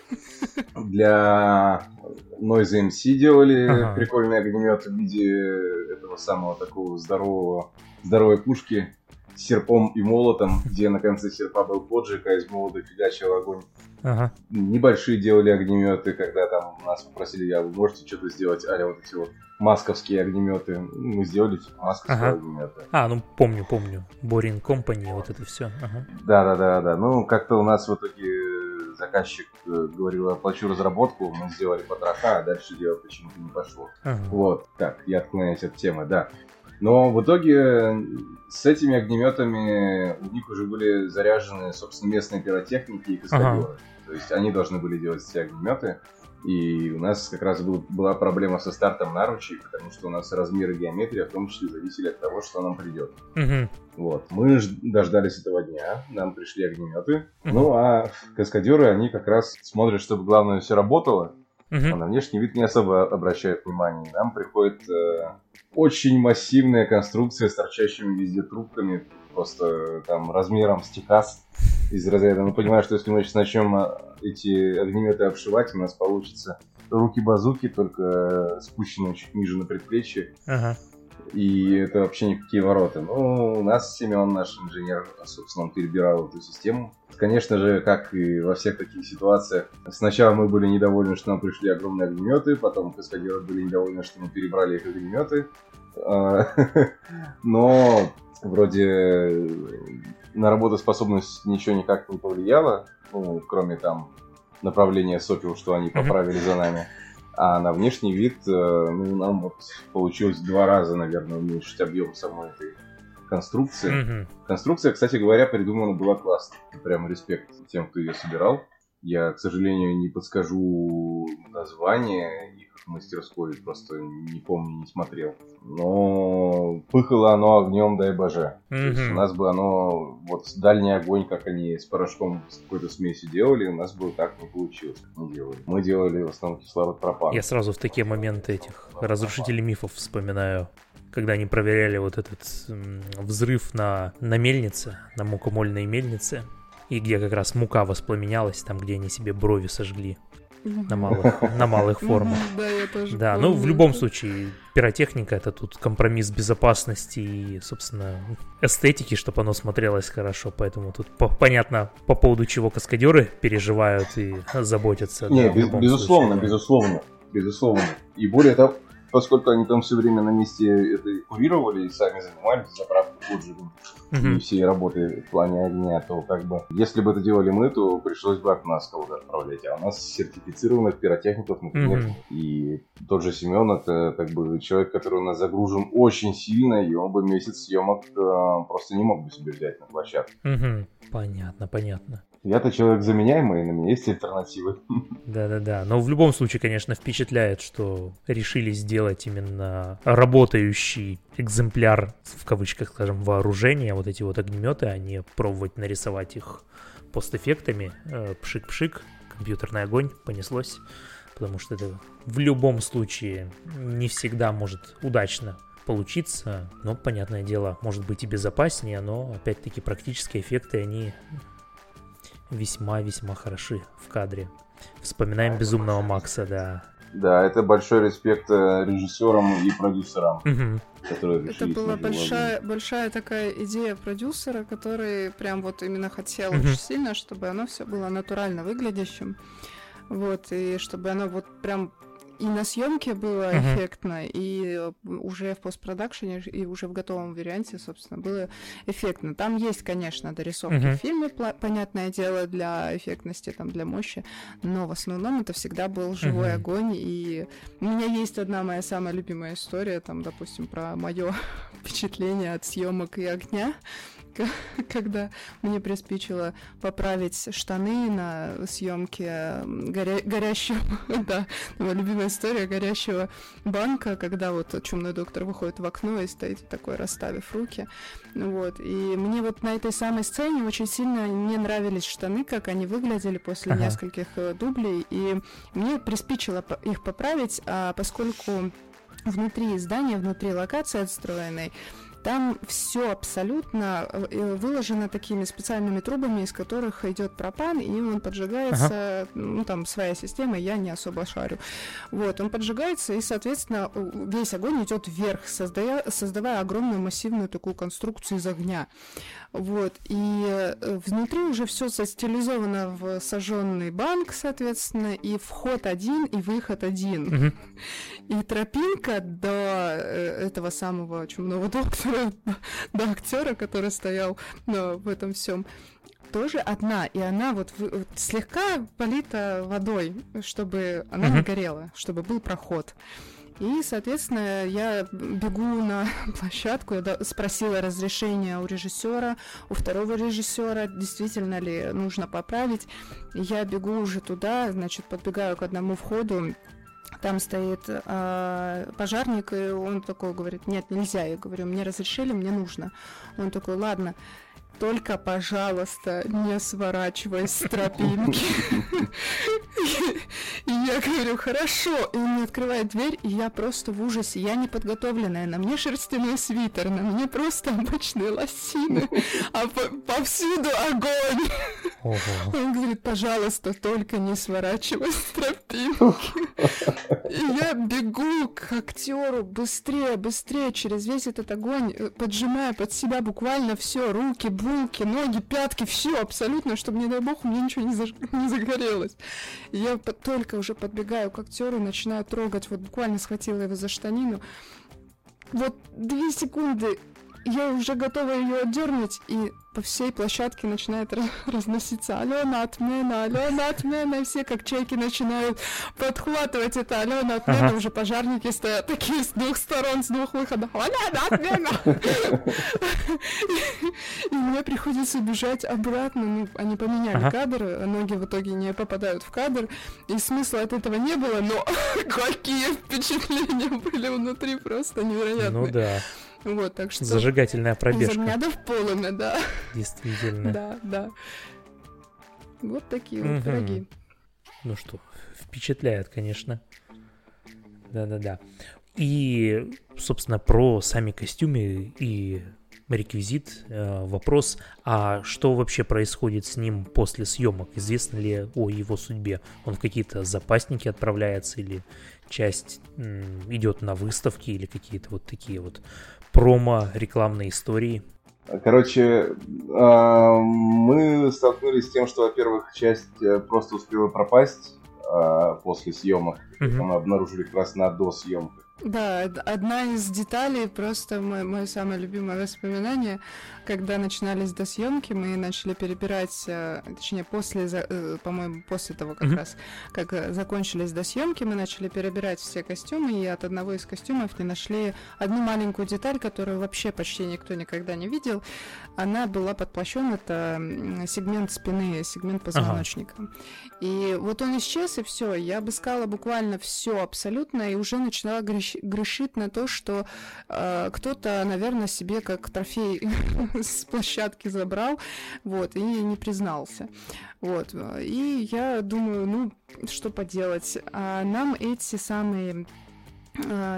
Для Noise эм си делали Ага. прикольные огнеметы в виде этого самого такого здорового, здоровой пушки с серпом и молотом, где на конце серпа был поджиг, а из молота фигачил огонь. Ага. Небольшие делали огнеметы, когда там нас попросили, а вы можете что-то сделать, а вот эти вот масковские огнеметы. Мы сделали типа масковские Ага. огнеметы. А, ну помню, помню. Boring Company, вот это все. Ага. Да-да-да-да. Ну, как-то у нас в итоге заказчик э, говорил, оплачу разработку, мы сделали потроха, а дальше дело почему-то не пошло. Ага. Вот, так, я отклоняюсь от темы, да. Но в итоге с этими огнеметами у них уже были заряжены, собственно, местные пиротехники и каскадеры. Ага. То есть они должны были делать все огнеметы. И у нас как раз был, была проблема со стартом наручей, потому что у нас размеры и геометрия в том числе зависели от того, что нам придет. Мгм. Вот. Мы ж- дождались этого дня, нам пришли огнеметы. Мгм. Ну а каскадеры, они как раз смотрят, чтобы главное все работало, а Мгм. на внешний вид не особо обращают внимание. Нам приходит э, очень массивная конструкция с торчащими везде трубками, просто там размером с Техас из разряда. Мы понимаем, что если мы сейчас начнем э, эти огнеметы обшивать, у нас получится руки-базуки, только э, спущенные чуть ниже на предплечье. Ага. И это вообще никакие ворота. Ну, у нас Семен, наш инженер, собственно, он перебирал эту систему. Конечно же, как и во всех таких ситуациях, сначала мы были недовольны, что нам пришли огромные огнеметы, потом каскадеры были недовольны, что мы перебрали их огнеметы. А, Но вроде на работоспособность ничего никак не повлияло, ну, кроме там направления сопел, что они поправили за нами. А на внешний вид, э, ну, нам вот получилось два раза, наверное, уменьшить объем самой этой конструкции. Мгм. Конструкция, кстати говоря, придумана была классно. Прям респект тем, кто ее собирал. Я, к сожалению, не подскажу название их мастерской, просто не помню, не смотрел. Но пыхало оно огнем, дай боже. То есть Мгм. у нас бы оно, вот дальний огонь, как они с порошком с какой-то смесью делали, у нас бы так не получилось, как мы делали. Мы делали в основном кислород пропан. Я сразу в такие моменты этих разрушителей мифов вспоминаю, когда они проверяли вот этот м, взрыв на, на мельнице, на мукомольной мельнице, и где как раз мука воспламенялась, там, где они себе брови сожгли на малых, на малых формах. Мгм, да, я тоже Да, ну в помню любом это. случае, пиротехника — это тут компромисс безопасности и, собственно, эстетики, чтобы оно смотрелось хорошо, поэтому тут по- понятно, по поводу чего каскадеры переживают и заботятся. Не, да, в без- любом безусловно, случае, да. безусловно, безусловно. И более того, поскольку они там все время на месте это и курировали, и сами занимались заправкой, поджигом и Мгм. всей работы в плане огня, то как бы, если бы это делали мы, то пришлось бы от нас кого-то отправлять. А у нас сертифицированных пиротехников, например, Мгм. и тот же Семен, это как бы человек, который у нас загружен очень сильно, и он бы месяц съемок э, просто не мог бы себе взять на площадке. Мгм. Понятно, понятно. Я-то человек заменяемый, на меня есть альтернативы. Да-да-да. Но в любом случае, конечно, впечатляет, что решили сделать именно работающий экземпляр, в кавычках, скажем, вооружения, вот эти вот огнеметы, а не пробовать нарисовать их постэффектами. Э, Пшик-пшик, компьютерный огонь, понеслось. Потому что это в любом случае не всегда может удачно получиться. Но, понятное дело, может быть и безопаснее, но, опять-таки, практические эффекты, они весьма-весьма хороши в кадре. Вспоминаем «Безумного Макса», да. Да, это большой респект режиссерам и продюсерам, угу. которые решили. Это была большая, большая такая идея продюсера, который прям вот именно хотел угу. очень сильно, чтобы оно все было натурально выглядящим. Вот, и чтобы оно вот прям и на съемке было uh-huh. эффектно, и уже в постпродакшене, и уже в готовом варианте, собственно, было эффектно. Там есть, конечно, дорисовки uh-huh. в фильме, понятное дело, для эффектности, там, для мощи, но в основном это всегда был живой uh-huh. огонь, и у меня есть одна моя самая любимая история, там, допустим, про мое впечатление от съемок и огня, когда мне приспичило поправить штаны на съемке горя... горящего, да, моя любимая история горящего банка, когда вот чумной доктор выходит в окно и стоит такой, расставив руки, вот, и мне вот на этой самой сцене очень сильно не нравились штаны, как они выглядели после ага. нескольких дублей, и мне приспичило их поправить, а поскольку внутри здания, внутри локации отстроенной, там все абсолютно выложено такими специальными трубами, из которых идет пропан, и он поджигается, ага. ну там своя система, я не особо шарю. Вот, он поджигается, и, соответственно, весь огонь идет вверх, создая, создавая огромную массивную такую конструкцию из огня. Вот, и внутри уже все застилизовано в сожженный банк, соответственно, и вход один, и выход один. Угу. И тропинка до этого самого чумного доктора, до актера, который стоял ну, в этом всем, тоже одна, и она вот, вот слегка полита водой, чтобы она uh-huh. не горела, чтобы был проход. И, соответственно, я бегу на площадку, я спросила разрешения у режиссера, у второго режиссера, действительно ли нужно поправить. Я бегу уже туда, значит, подбегаю к одному входу. Там стоит э, пожарник, и он такой говорит, нет, нельзя. Я говорю, мне разрешили, мне нужно. Он такой, ладно, только, пожалуйста, не сворачивай с тропинки. И я говорю, хорошо. И он мне открывает дверь, и я просто в ужасе. Я не подготовленная. На мне шерстяной свитер, на мне просто обычные лосины, а повсюду огонь. Он говорит, пожалуйста, только не сворачивай с тропинки. И я бегу к актеру быстрее, быстрее через весь этот огонь, поджимая под себя буквально все, руки, булки, ноги, пятки, все абсолютно, чтобы, не дай бог, у меня ничего не, заж... не загорелось. И я только уже подбегаю к актеру, начинаю трогать, вот буквально схватила его за штанину. Вот две секунды, я уже готова ее отдернуть, и по всей площадке начинает разноситься «Алена, отмена! Алена, отмена!» И все как чайки начинают подхватывать это «Алена, отмена!» Ага. Уже пожарники стоят такие с двух сторон, с двух выходов «Алена, отмена!» И мне приходится бежать обратно. Ну, они поменяли ага. кадр, ноги в итоге не попадают в кадр, и смысла от этого не было, но какие впечатления были внутри, просто невероятные. Ну да. Вот, так что... Зажигательная пробежка. Из огня до в полымя, да. Действительно. Да, да. Вот такие вот пироги. Ну что, впечатляет, конечно. Да-да-да. И, собственно, про сами костюмы и реквизит. Вопрос, а что вообще происходит с ним после съемок? Известно ли о его судьбе? Он в какие-то запасники отправляется или часть м, идет на выставки или какие-то вот такие вот промо-рекламные истории? Короче, мы столкнулись с тем, что, во-первых, часть просто успела пропасть после съемок. Mm-hmm. Мы обнаружили как раз на досъемках. Да, одна из деталей, просто мое, мое самое любимое воспоминание, когда начинались досъемки, мы начали перебирать, точнее, после, по-моему, после того как mm-hmm. раз, как закончились досъемки, мы начали перебирать все костюмы, и от одного из костюмов не нашли одну маленькую деталь, которую вообще почти никто никогда не видел. Она была под плащом, это сегмент спины, сегмент позвоночника. Ага. И вот он исчез, и все. Я обыскала буквально все абсолютно, и уже начинала грещ... грешить на то, что э, кто-то, наверное, себе как трофей с площадки забрал, вот, и не признался. Вот. И я думаю, ну, что поделать. А нам эти самые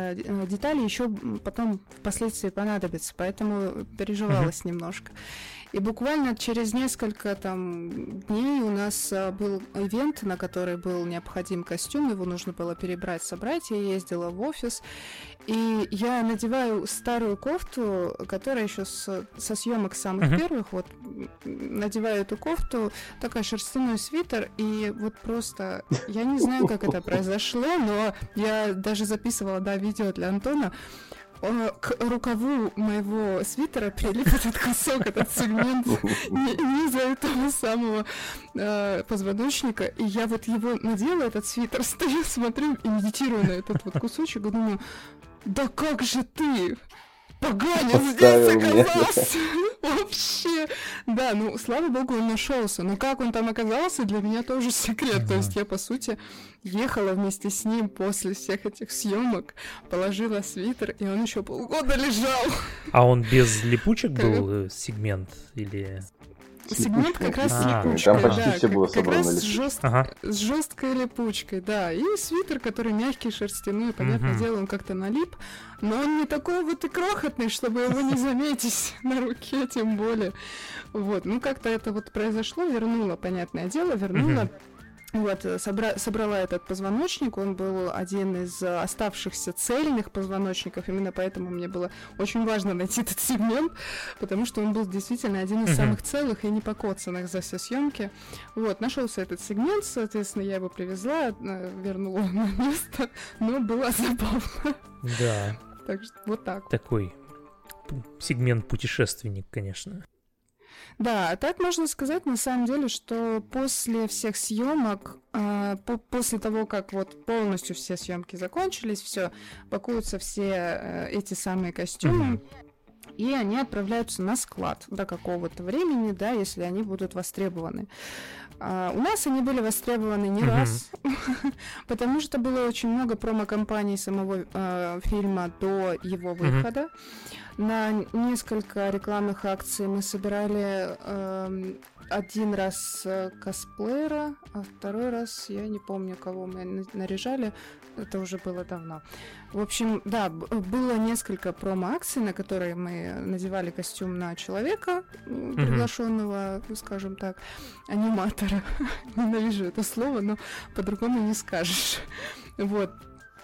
детали еще потом впоследствии понадобятся, поэтому переживалась mm-hmm. немножко. И буквально через несколько там дней у нас а, был ивент, на который был необходим костюм, его нужно было перебрать, собрать. Я ездила в офис, и я надеваю старую кофту, которая еще с, со съемок самых uh-huh. первых, вот надеваю эту кофту, такой шерстяной свитер, и вот просто, я не знаю, как это произошло, но я даже записывала, да, видео для Антона. К рукаву моего свитера прилип этот кусок, этот сегмент низа этого самого э, позвоночника. И я вот его надела, этот свитер, стою, смотрю и медитирую на этот вот кусочек, и думаю, да как же ты, поганец, здесь оказался! Вообще! Да, ну, слава богу, он нашелся. Но как он там оказался, для меня тоже секрет. То есть я, по сути, ехала вместе с ним после всех этих съемок, положила свитер, и он еще полгода лежал. А он без липучек был сегмент или... Сегмент как раз а, с липучкой, там почти да, все было как, как собрано раз с, жест... ага. с жесткой липучкой, да. И свитер, который мягкий, шерстяной, понятное mm-hmm. дело, он как-то налип, но он не такой вот и крохотный, чтобы его не заметить на руке, тем более. Вот, ну как-то это вот произошло, вернула, понятное дело, вернула. Mm-hmm. Вот, собра- собрала этот позвоночник, он был один из оставшихся цельных позвоночников, именно поэтому мне было очень важно найти этот сегмент, потому что он был действительно один из uh-huh. самых целых и не покоцанных за все съемки. Вот, нашелся этот сегмент, соответственно, я его привезла, вернула на место, но было забавно. Да. Так что вот так. Такой сегмент путешественник, конечно. Да, а так можно сказать, на самом деле, что после всех съемок, э, по- после того, как вот полностью все съемки закончились, все, пакуются все э, эти самые костюмы, mm-hmm. и они отправляются на склад до какого-то времени, да, если они будут востребованы. Uh, у нас они были востребованы не uh-huh. раз, потому что было очень много промо-компаний самого uh, фильма до его выхода. Uh-huh. На несколько рекламных акций мы собирали uh, один раз косплеера, а второй раз, я не помню, кого мы наряжали, это уже было давно. В общем, да, было несколько промо-акций, на которые мы надевали костюм на человека, mm-hmm. приглашенного, скажем так, аниматора. Ненавижу это слово, но по-другому не скажешь. Вот.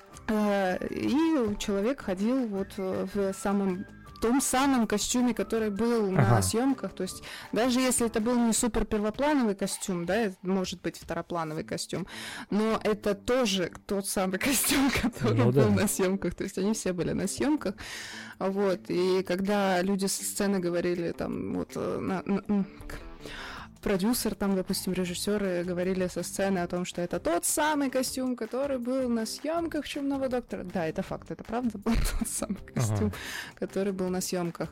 И человек ходил вот в самом том самом костюме, который был ага. на съемках. То есть даже если это был не супер первоплановый костюм, да, это может быть второплановый костюм, но это тоже тот самый костюм, который ну, был да. на съемках. То есть они все были на съемках. Вот. И когда люди со сцены говорили там вот на, на, продюсер, там, допустим, режиссеры говорили со сцены о том, что это тот самый костюм, который был на съемках «Чумного доктора». Да, это факт, это правда был тот самый костюм, ага. который был на съемках.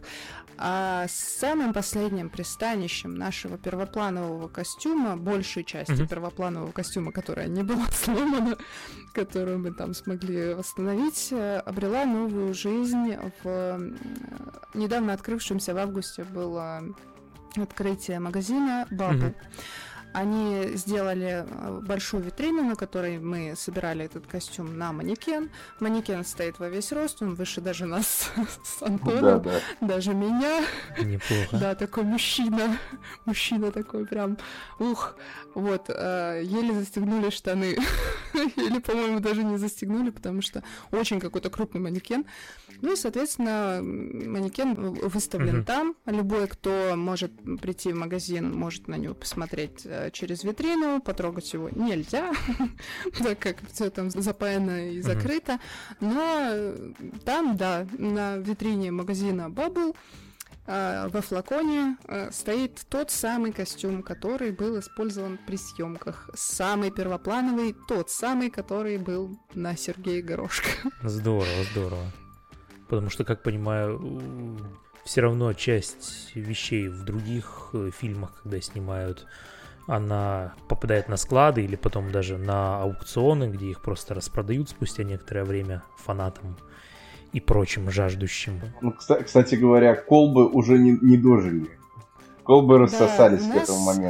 А самым последним пристанищем нашего первопланового костюма, большей части угу. первопланового костюма, которая не была сломана, которую мы там смогли восстановить, обрела новую жизнь в недавно открывшемся в августе было открытие магазина Bubble. Mm-hmm. Они сделали большую витрину, на которой мы собирали этот костюм на манекен. Манекен стоит во весь рост, он выше даже нас с Антоном, да, да. даже меня. Неплохо. Да, такой мужчина, мужчина такой прям, ух, вот, э, еле застегнули штаны. Или, по-моему, даже не застегнули, потому что очень какой-то крупный манекен. Ну и, соответственно, манекен выставлен uh-huh. там. Любой, кто может прийти в магазин, может на него посмотреть через витрину, потрогать его нельзя, так как все там запаяно и закрыто. Но там, да, на витрине магазина Bubble во флаконе стоит тот самый костюм, который был использован при съемках. Самый первоплановый, тот самый, который был на Сергее Горошко. Здорово, здорово. Потому что, как понимаю, все равно часть вещей в других фильмах, когда снимают, она попадает на склады или потом даже на аукционы, где их просто распродают спустя некоторое время фанатам и прочим жаждущим. Ну, кстати говоря, колбы уже не, не дожили. Колбы рассосались да, к этому моменту. У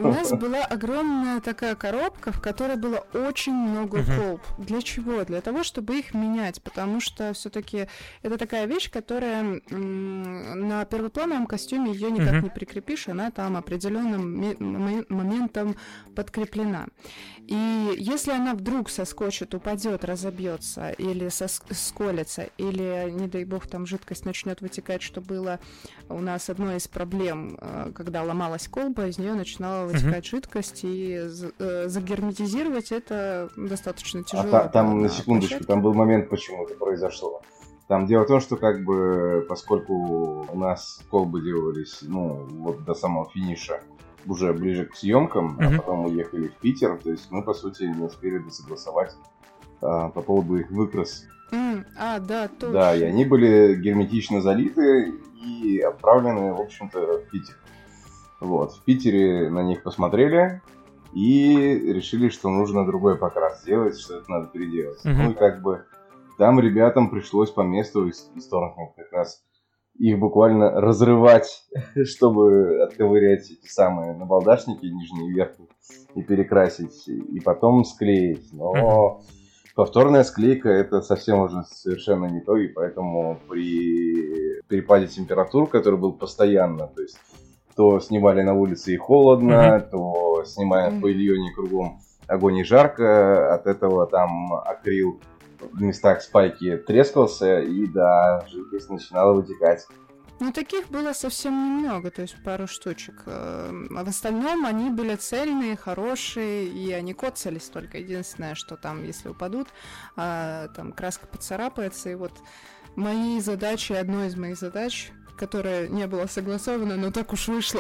у нас была огромная такая коробка, в которой было очень много Uh-huh. колб. Для чего? Для того, чтобы их менять, потому что все-таки это такая вещь, которая м, на первоплановом костюме ее никак Uh-huh. не прикрепишь, она там определенным ме- м- моментом подкреплена. И если она вдруг соскочит, упадет, разобьется или сос- сколется, или, не дай бог, там жидкость начнет вытекать, что было у нас одной из проблем, э, когда ломалась колба, из нее начинала вытекать uh-huh. жидкость, и э, загерметизировать это достаточно тяжело. А та, там, на секундочку, площадке. Там был момент, почему это произошло. Там дело в том, что как бы, поскольку у нас колбы делались, ну, вот до самого финиша, уже ближе к съемкам, uh-huh. а потом уехали в Питер, то есть мы, по сути, не успели досогласовать а, по поводу их выкраса. Mm, а, да, точно. Да, и они были герметично залиты и отправлены, в общем-то, в Питер. Вот, в Питере на них посмотрели и решили, что нужно другой покрас сделать, что это надо переделать. Uh-huh. Ну и как бы там ребятам пришлось по месту из, из Торнхема как раз их буквально разрывать, чтобы отковырять эти самые набалдашники, нижние и верхние, и перекрасить, и потом склеить. Но uh-huh. повторная склейка — это совсем уже совершенно не то, и поэтому при перепаде температур, который был постоянно, то есть то снимали на улице и холодно, uh-huh. то снимаем uh-huh. по Ильоне кругом огонь и жарко, от этого там акрил в местах спайки трескался, и да, жидкость начинала вытекать. Ну, таких было совсем немного, то есть пару штучек. А в остальном они были цельные, хорошие, и они коцались только. Единственное, что там, если упадут, а, там краска поцарапается, и вот моей задачей, одной из моих задач, которая не была согласована, но так уж вышло,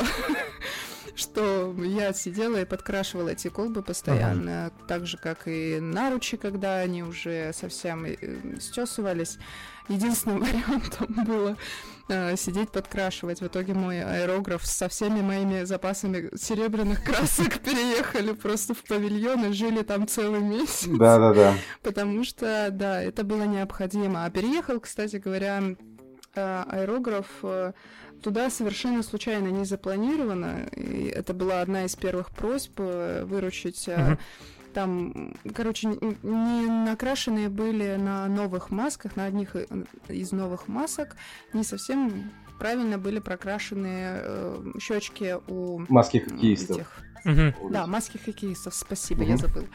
что я сидела и подкрашивала эти колбы постоянно, ага. так же, как и наручи, когда они уже совсем стесывались. Единственным вариантом было э, сидеть подкрашивать. В итоге мой аэрограф со всеми моими запасами серебряных красок переехали просто в павильон и жили там целый месяц. Да-да-да. Потому что, да, это было необходимо. А переехал, кстати говоря, аэрограф туда совершенно случайно, не запланировано. И это была одна из первых просьб выручить. Uh-huh. Там, короче, не накрашенные были на новых масках, на одних из новых масок не совсем правильно были прокрашены э, щечки у маски хоккеистов. Этих... Uh-huh. Да, маски хоккеистов, спасибо, uh-huh. я забыла.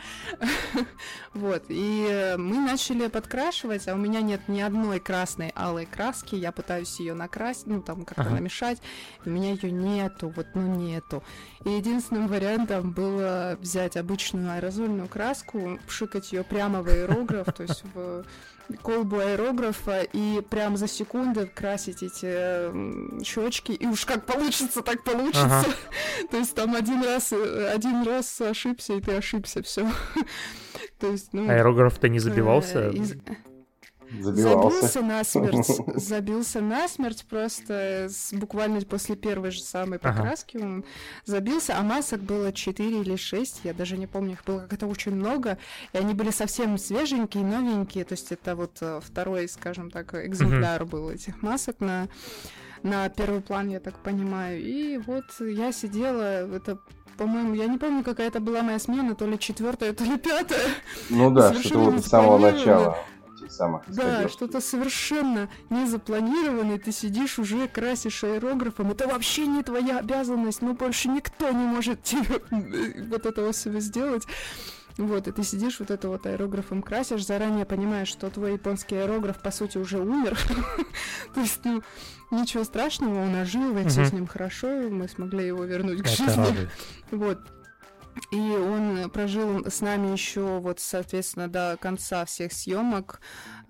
Вот, и мы начали подкрашивать, а у меня нет ни одной красной алой краски, я пытаюсь ее накрасить, ну, там, как-то uh-huh. намешать, у меня ее нету, вот, ну, нету. И единственным вариантом было взять обычную аэрозольную краску, пшикать ее прямо в аэрограф, то есть в колбу аэрографа, и прям за секунды красить эти щечки, и уж как получится, так получится. Ага. То есть там один раз, один раз ошибся, и ты ошибся, все. То есть, ну, аэрограф-то не забивался? Из... Забивался. Забился насмерть. Забился насмерть просто с, буквально после первой же самой покраски ага. он забился, а масок было четыре или шесть, я даже не помню, их было как-то очень много, и они были совсем свеженькие, новенькие, то есть это вот второй, скажем так, экземпляр uh-huh. был этих масок на, на первый план, я так понимаю, и вот я сидела, это по-моему, я не помню, какая это была моя смена, то ли четвертая, то ли пятая. Ну да, что-то вот с самого начала. Самых да, что-то совершенно незапланированное, ты сидишь уже, красишь аэрографом, это вообще не твоя обязанность, но больше никто не может тебе вот этого всего сделать. Вот, и ты сидишь вот это вот аэрографом красишь, заранее понимаешь, что твой японский аэрограф, по сути, уже умер. То есть, ну, ничего страшного, он ожил, ведь все с ним хорошо, мы смогли его вернуть к жизни. Вот. И он прожил с нами еще, вот, соответственно, до конца всех съемок.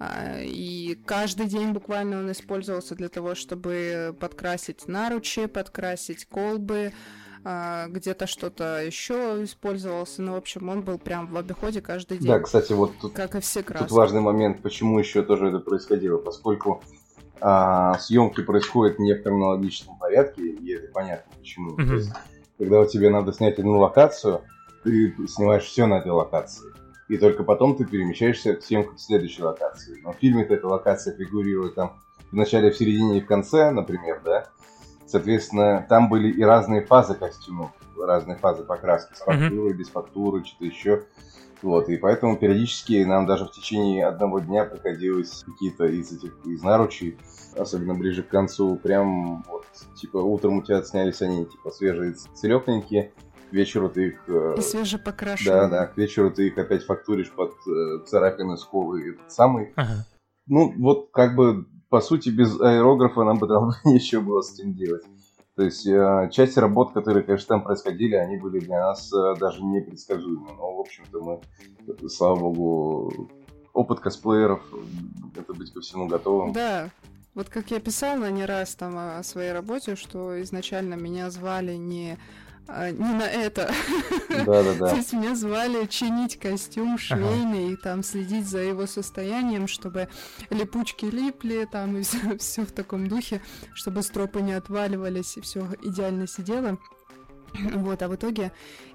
И каждый день буквально он использовался для того, чтобы подкрасить наручи, подкрасить колбы, где-то что-то еще использовался. Ну, в общем, он был прям в обиходе каждый день. Да, кстати, вот тут, как и все краски. Тут важный момент, почему еще тоже это происходило. Поскольку а, съемки происходят не в хронологическом порядке, и это понятно почему. Mm-hmm. То есть, когда у тебя надо снять одну локацию, ты снимаешь все на этой локации. И только потом ты перемещаешься к съемкам в следующей локации. Но в фильме-то эта локация фигурирует там в начале, в середине и в конце, например, да. Соответственно, там были и разные фазы костюмов. разные фазы покраски с фактурой, без фактуры, что-то еще. Вот, и поэтому периодически нам даже в течение одного дня приходилось какие-то из этих, из наручей, особенно ближе к концу, прям вот, типа, утром у тебя снялись они, типа, свежие, целёхонькие, к вечеру ты их... И свежепокрашенные. Да, да, к вечеру ты их опять фактуришь под э, царапины, сколы, этот самый. Ага. Ну, вот, как бы, по сути, без аэрографа нам бы там нечего было с этим делать. То есть, э, часть работ, которые, конечно, там происходили, они были для нас э, даже непредсказуемы. Но, в общем-то, мы, слава богу, опыт косплееров, это быть ко всему готовым. Да, вот как я писала не раз там о своей работе, что изначально меня звали не... не на это. Да-да-да. То есть меня звали чинить костюм швейный, ага. и там следить за его состоянием, чтобы липучки липли, там и все, все в таком духе, чтобы стропы не отваливались и все идеально сидело. Вот, а в итоге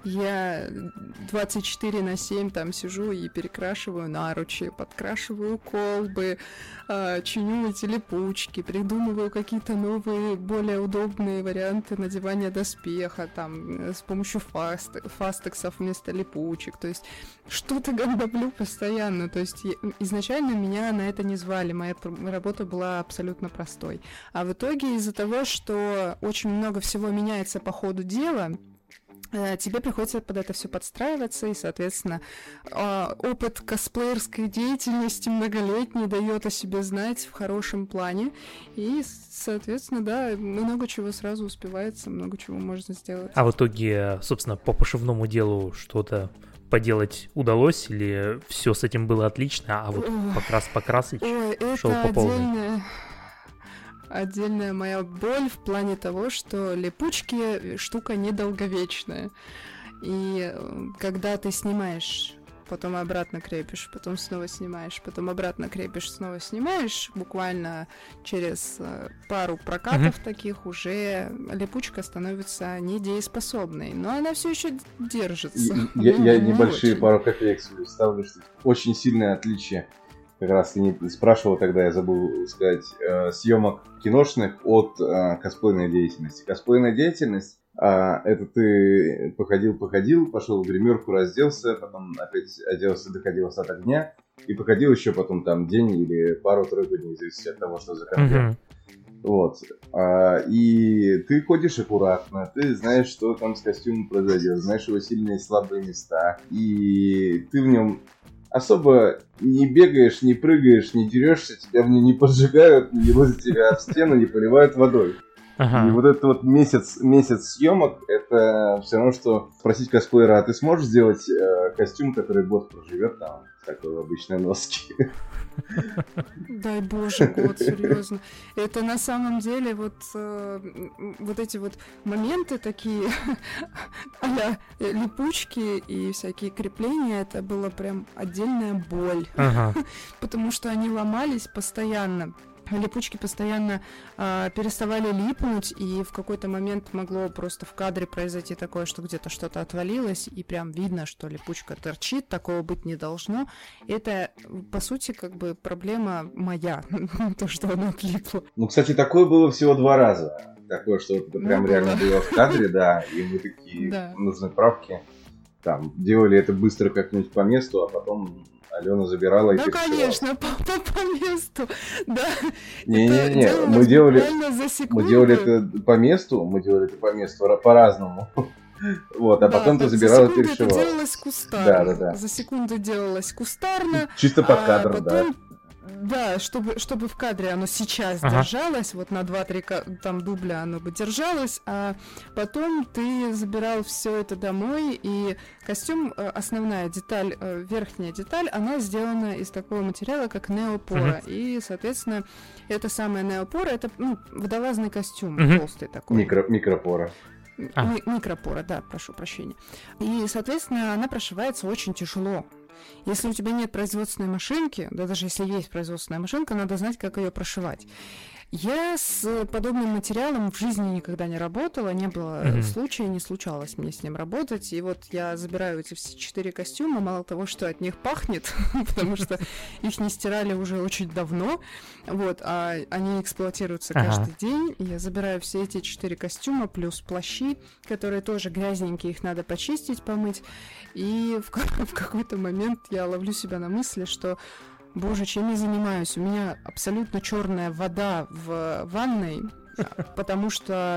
я двадцать четыре на семь там сижу и перекрашиваю наручи, подкрашиваю колбы, э, чиню эти липучки, придумываю какие-то новые, более удобные варианты надевания доспеха, там, с помощью фаст, фастексов вместо липучек, то есть что-то гандоблю постоянно, то есть я, изначально меня на это не звали, моя работа была абсолютно простой, а в итоге из-за того, что очень много всего меняется по ходу дела, тебе приходится под это все подстраиваться, и, соответственно, опыт косплеерской деятельности многолетний дает о себе знать в хорошем плане, и, соответственно, да, много чего сразу успевается, много чего можно сделать. А в итоге, собственно, по пошивному делу что-то поделать удалось, или все с этим было отлично, а вот покрас покрасить шел по полной? Отдельная моя боль в плане того, что липучки штука недолговечная. И когда ты снимаешь, потом обратно крепишь, потом снова снимаешь, потом обратно крепишь, снова снимаешь, буквально через пару прокатов mm-hmm. таких уже липучка становится недееспособной. Но она все еще держится. Я, я небольшие очень. Пару копеек ставлю, что очень сильное отличие. Как раз ты не спрашивал тогда, я забыл сказать, э, съемок киношных от э, косплейной деятельности. Косплейная деятельность, э, это ты походил-походил, пошел в гримерку, разделся, потом опять оделся, доходил остаток дня, и походил еще потом там день или пару-тройку дней, зависит от того, что за контент. Mm-hmm. Вот. А, и ты ходишь аккуратно, ты знаешь, что там с костюмом произойдет, знаешь его сильные и слабые места, и ты в нем особо не бегаешь, не прыгаешь, не дерешься, тебя в ней не поджигают, не возят тебя в стену, не поливают водой. Ага. И вот этот вот месяц, месяц съемок, это все равно, что спросить косплеера, а ты сможешь сделать э, костюм, который год проживет там, в такой обычной носке? Дай боже, год, серьезно. Это на самом деле вот, э, вот эти вот моменты такие, а-ля липучки и всякие крепления, это была прям отдельная боль. Ага. Потому что они ломались постоянно. Липучки постоянно э, переставали липнуть, и в какой-то момент могло просто в кадре произойти такое, что где-то что-то отвалилось, и прям видно, что липучка торчит, такого быть не должно. Это, по сути, как бы проблема моя, то, что она отлипла. Ну, кстати, такое было всего два раза. Такое, что это прям ну, реально было в кадре, да, и мы такие, да. Нужны правки. Там, делали это быстро как-нибудь по месту, а потом... Алена забирала и да, перешивала. конечно, по, по, по месту, да. Не-не-не, мы делали, мы делали это по месту, мы делали это по месту, по-разному. Вот, а да, потом ты забирала и перешивала. За секунду это делалось кустарно. Да, да, да. За секунду делалось кустарно. Чисто под кадром, а потом... да. Да, чтобы, чтобы в кадре оно сейчас ага. держалось, вот на два-три там дубля оно бы держалось, а потом ты забирал все это домой, и костюм, основная деталь, верхняя деталь, она сделана из такого материала, как неопора, uh-huh. и, соответственно, это самая неопора, это ну, водолазный костюм, uh-huh. толстый такой. Микро, микропора. А. Ми- микропора, да, прошу прощения. И, соответственно, она прошивается очень тяжело. Если у тебя нет производственной машинки, да даже если есть производственная машинка, надо знать, как ее прошивать. Я с подобным материалом в жизни никогда не работала, не было mm-hmm. случая, не случалось мне с ним работать. И вот я забираю эти все четыре костюма, мало того, что от них пахнет, потому что их не стирали уже очень давно, вот, а они эксплуатируются каждый день. И я забираю все эти четыре костюма, плюс плащи, которые тоже грязненькие, их надо почистить, помыть. И в, в какой-то момент я ловлю себя на мысли, что боже, чем я занимаюсь? У меня абсолютно черная вода в ванной, потому что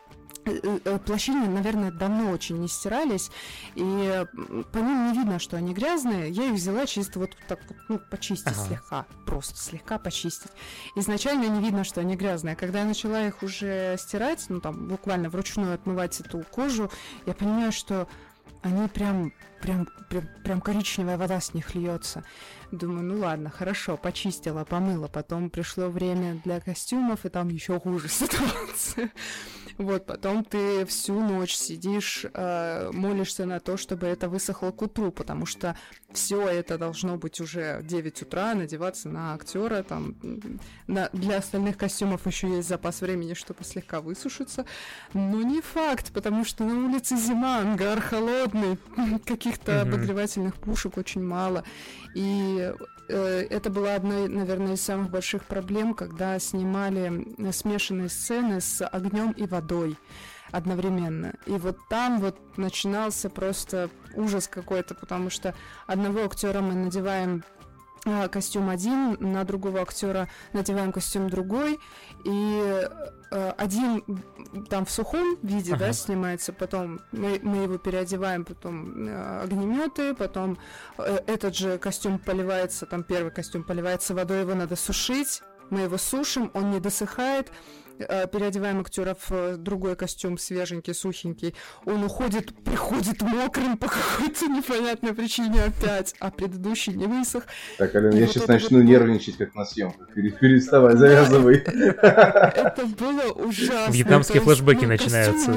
плащи, наверное, давно очень не стирались, и по ним не видно, что они грязные. Я их взяла чисто вот так вот, ну, почистить ага. слегка, просто слегка почистить. Изначально не видно, что они грязные. Когда я начала их уже стирать, ну, там, буквально вручную отмывать эту кожу, я понимаю, что они прям, прям, прям, прям коричневая вода с них льется. Думаю, ну ладно, хорошо, почистила, помыла. Потом пришло время для костюмов, и там еще хуже ситуация. Вот, потом ты всю ночь сидишь, э, молишься на то, чтобы это высохло к утру, потому что все это должно быть уже в девять утра, надеваться на актера. Там, на, для остальных костюмов еще есть запас времени, чтобы слегка высушиться. Но не факт, потому что на улице зима, ангар холодный, каких-то mm-hmm. обогревательных пушек очень мало. И э, это была одна, наверное, из самых больших проблем, когда снимали смешанные сцены с огнем и водой одновременно. И вот там вот начинался просто ужас какой-то, потому что одного актера мы надеваем э, костюм один, на другого актера надеваем костюм другой, и э, один там в сухом виде, ага. да, снимается, потом мы, мы его переодеваем, потом э, огнеметы, потом э, этот же костюм поливается, там первый костюм поливается водой, его надо сушить, мы его сушим, он не досыхает, переодеваем актера в другой костюм, свеженький, сухенький, он уходит, приходит мокрым по какой-то непонятной причине опять, а предыдущий не высох. Так, Алена, я вот сейчас начну вот... нервничать, как на съемках. Переставай, завязывай. Это было ужасно. Вьетнамские флешбеки начинаются.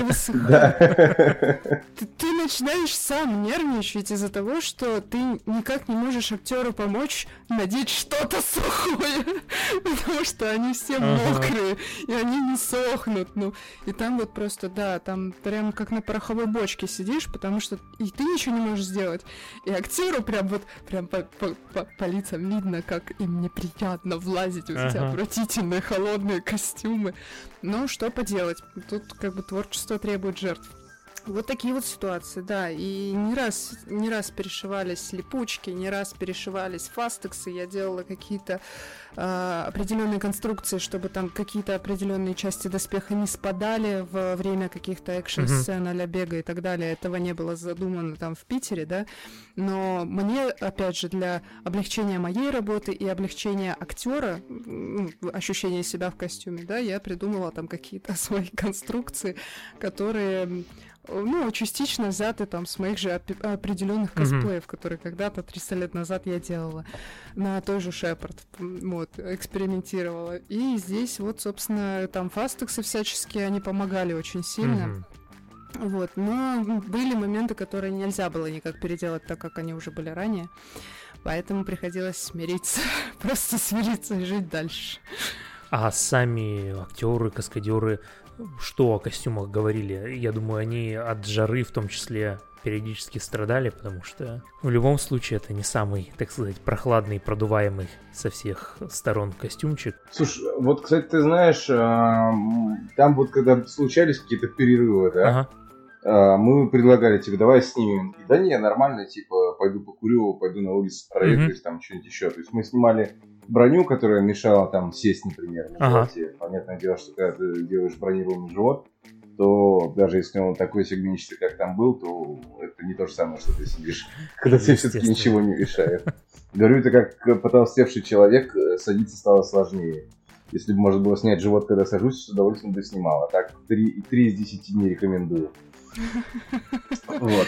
Ты начинаешь сам нервничать из-за того, что ты никак не можешь актеру помочь надеть что-то сухое, потому что они все мокрые, и они не сохнут, ну, и там вот просто, да, там прям как на пороховой бочке сидишь, потому что и ты ничего не можешь сделать, и актеру прям вот, прям по, по, по, по лицам видно, как им неприятно влазить в эти ага. отвратительные холодные костюмы, но что поделать, тут как бы творчество требует жертв. Вот такие вот ситуации, да, и не раз, не раз перешивались липучки, не раз перешивались фастексы, я делала какие-то э, определенные конструкции, чтобы там какие-то определенные части доспеха не спадали во время каких-то экшн-сцен, а-ля бега и так далее, этого не было задумано там в Питере, да, но мне, опять же, для облегчения моей работы и облегчения актера, ощущения себя в костюме, да, я придумала там какие-то свои конструкции, которые... ну, частично взяты там с моих же оп- определенных косплеев, mm-hmm. которые когда-то триста лет назад я делала на той же Шепард, вот, экспериментировала. И здесь вот, собственно, там фастексы всяческие, они помогали очень сильно. Mm-hmm. Вот, но были моменты, которые нельзя было никак переделать, так как они уже были ранее. Поэтому приходилось смириться, просто смириться и жить дальше. А сами актеры, каскадеры, что о костюмах говорили? Я думаю, они от жары в том числе периодически страдали, потому что в любом случае это не самый, так сказать, прохладный, продуваемый со всех сторон костюмчик. Слушай, вот, кстати, ты знаешь, там вот когда случались какие-то перерывы, да, ага. мы предлагали тебе, давай снимем. И да не, нормально, типа, пойду покурю, пойду на улицу проехать, mm-hmm. там что-нибудь еще. То есть мы снимали броню, которая мешала там сесть, например, на ага. животе. Понятное дело, что когда ты делаешь бронированный живот, то даже если он такой сегментистый, как там был, то это не то же самое, что ты сидишь, когда тебе все-таки ничего не мешает. Говорю, это как потолстевший человек, садиться стало сложнее. Если бы можно было снять живот, когда сажусь, с удовольствием бы снимал. А так три из десяти не рекомендую. Вот.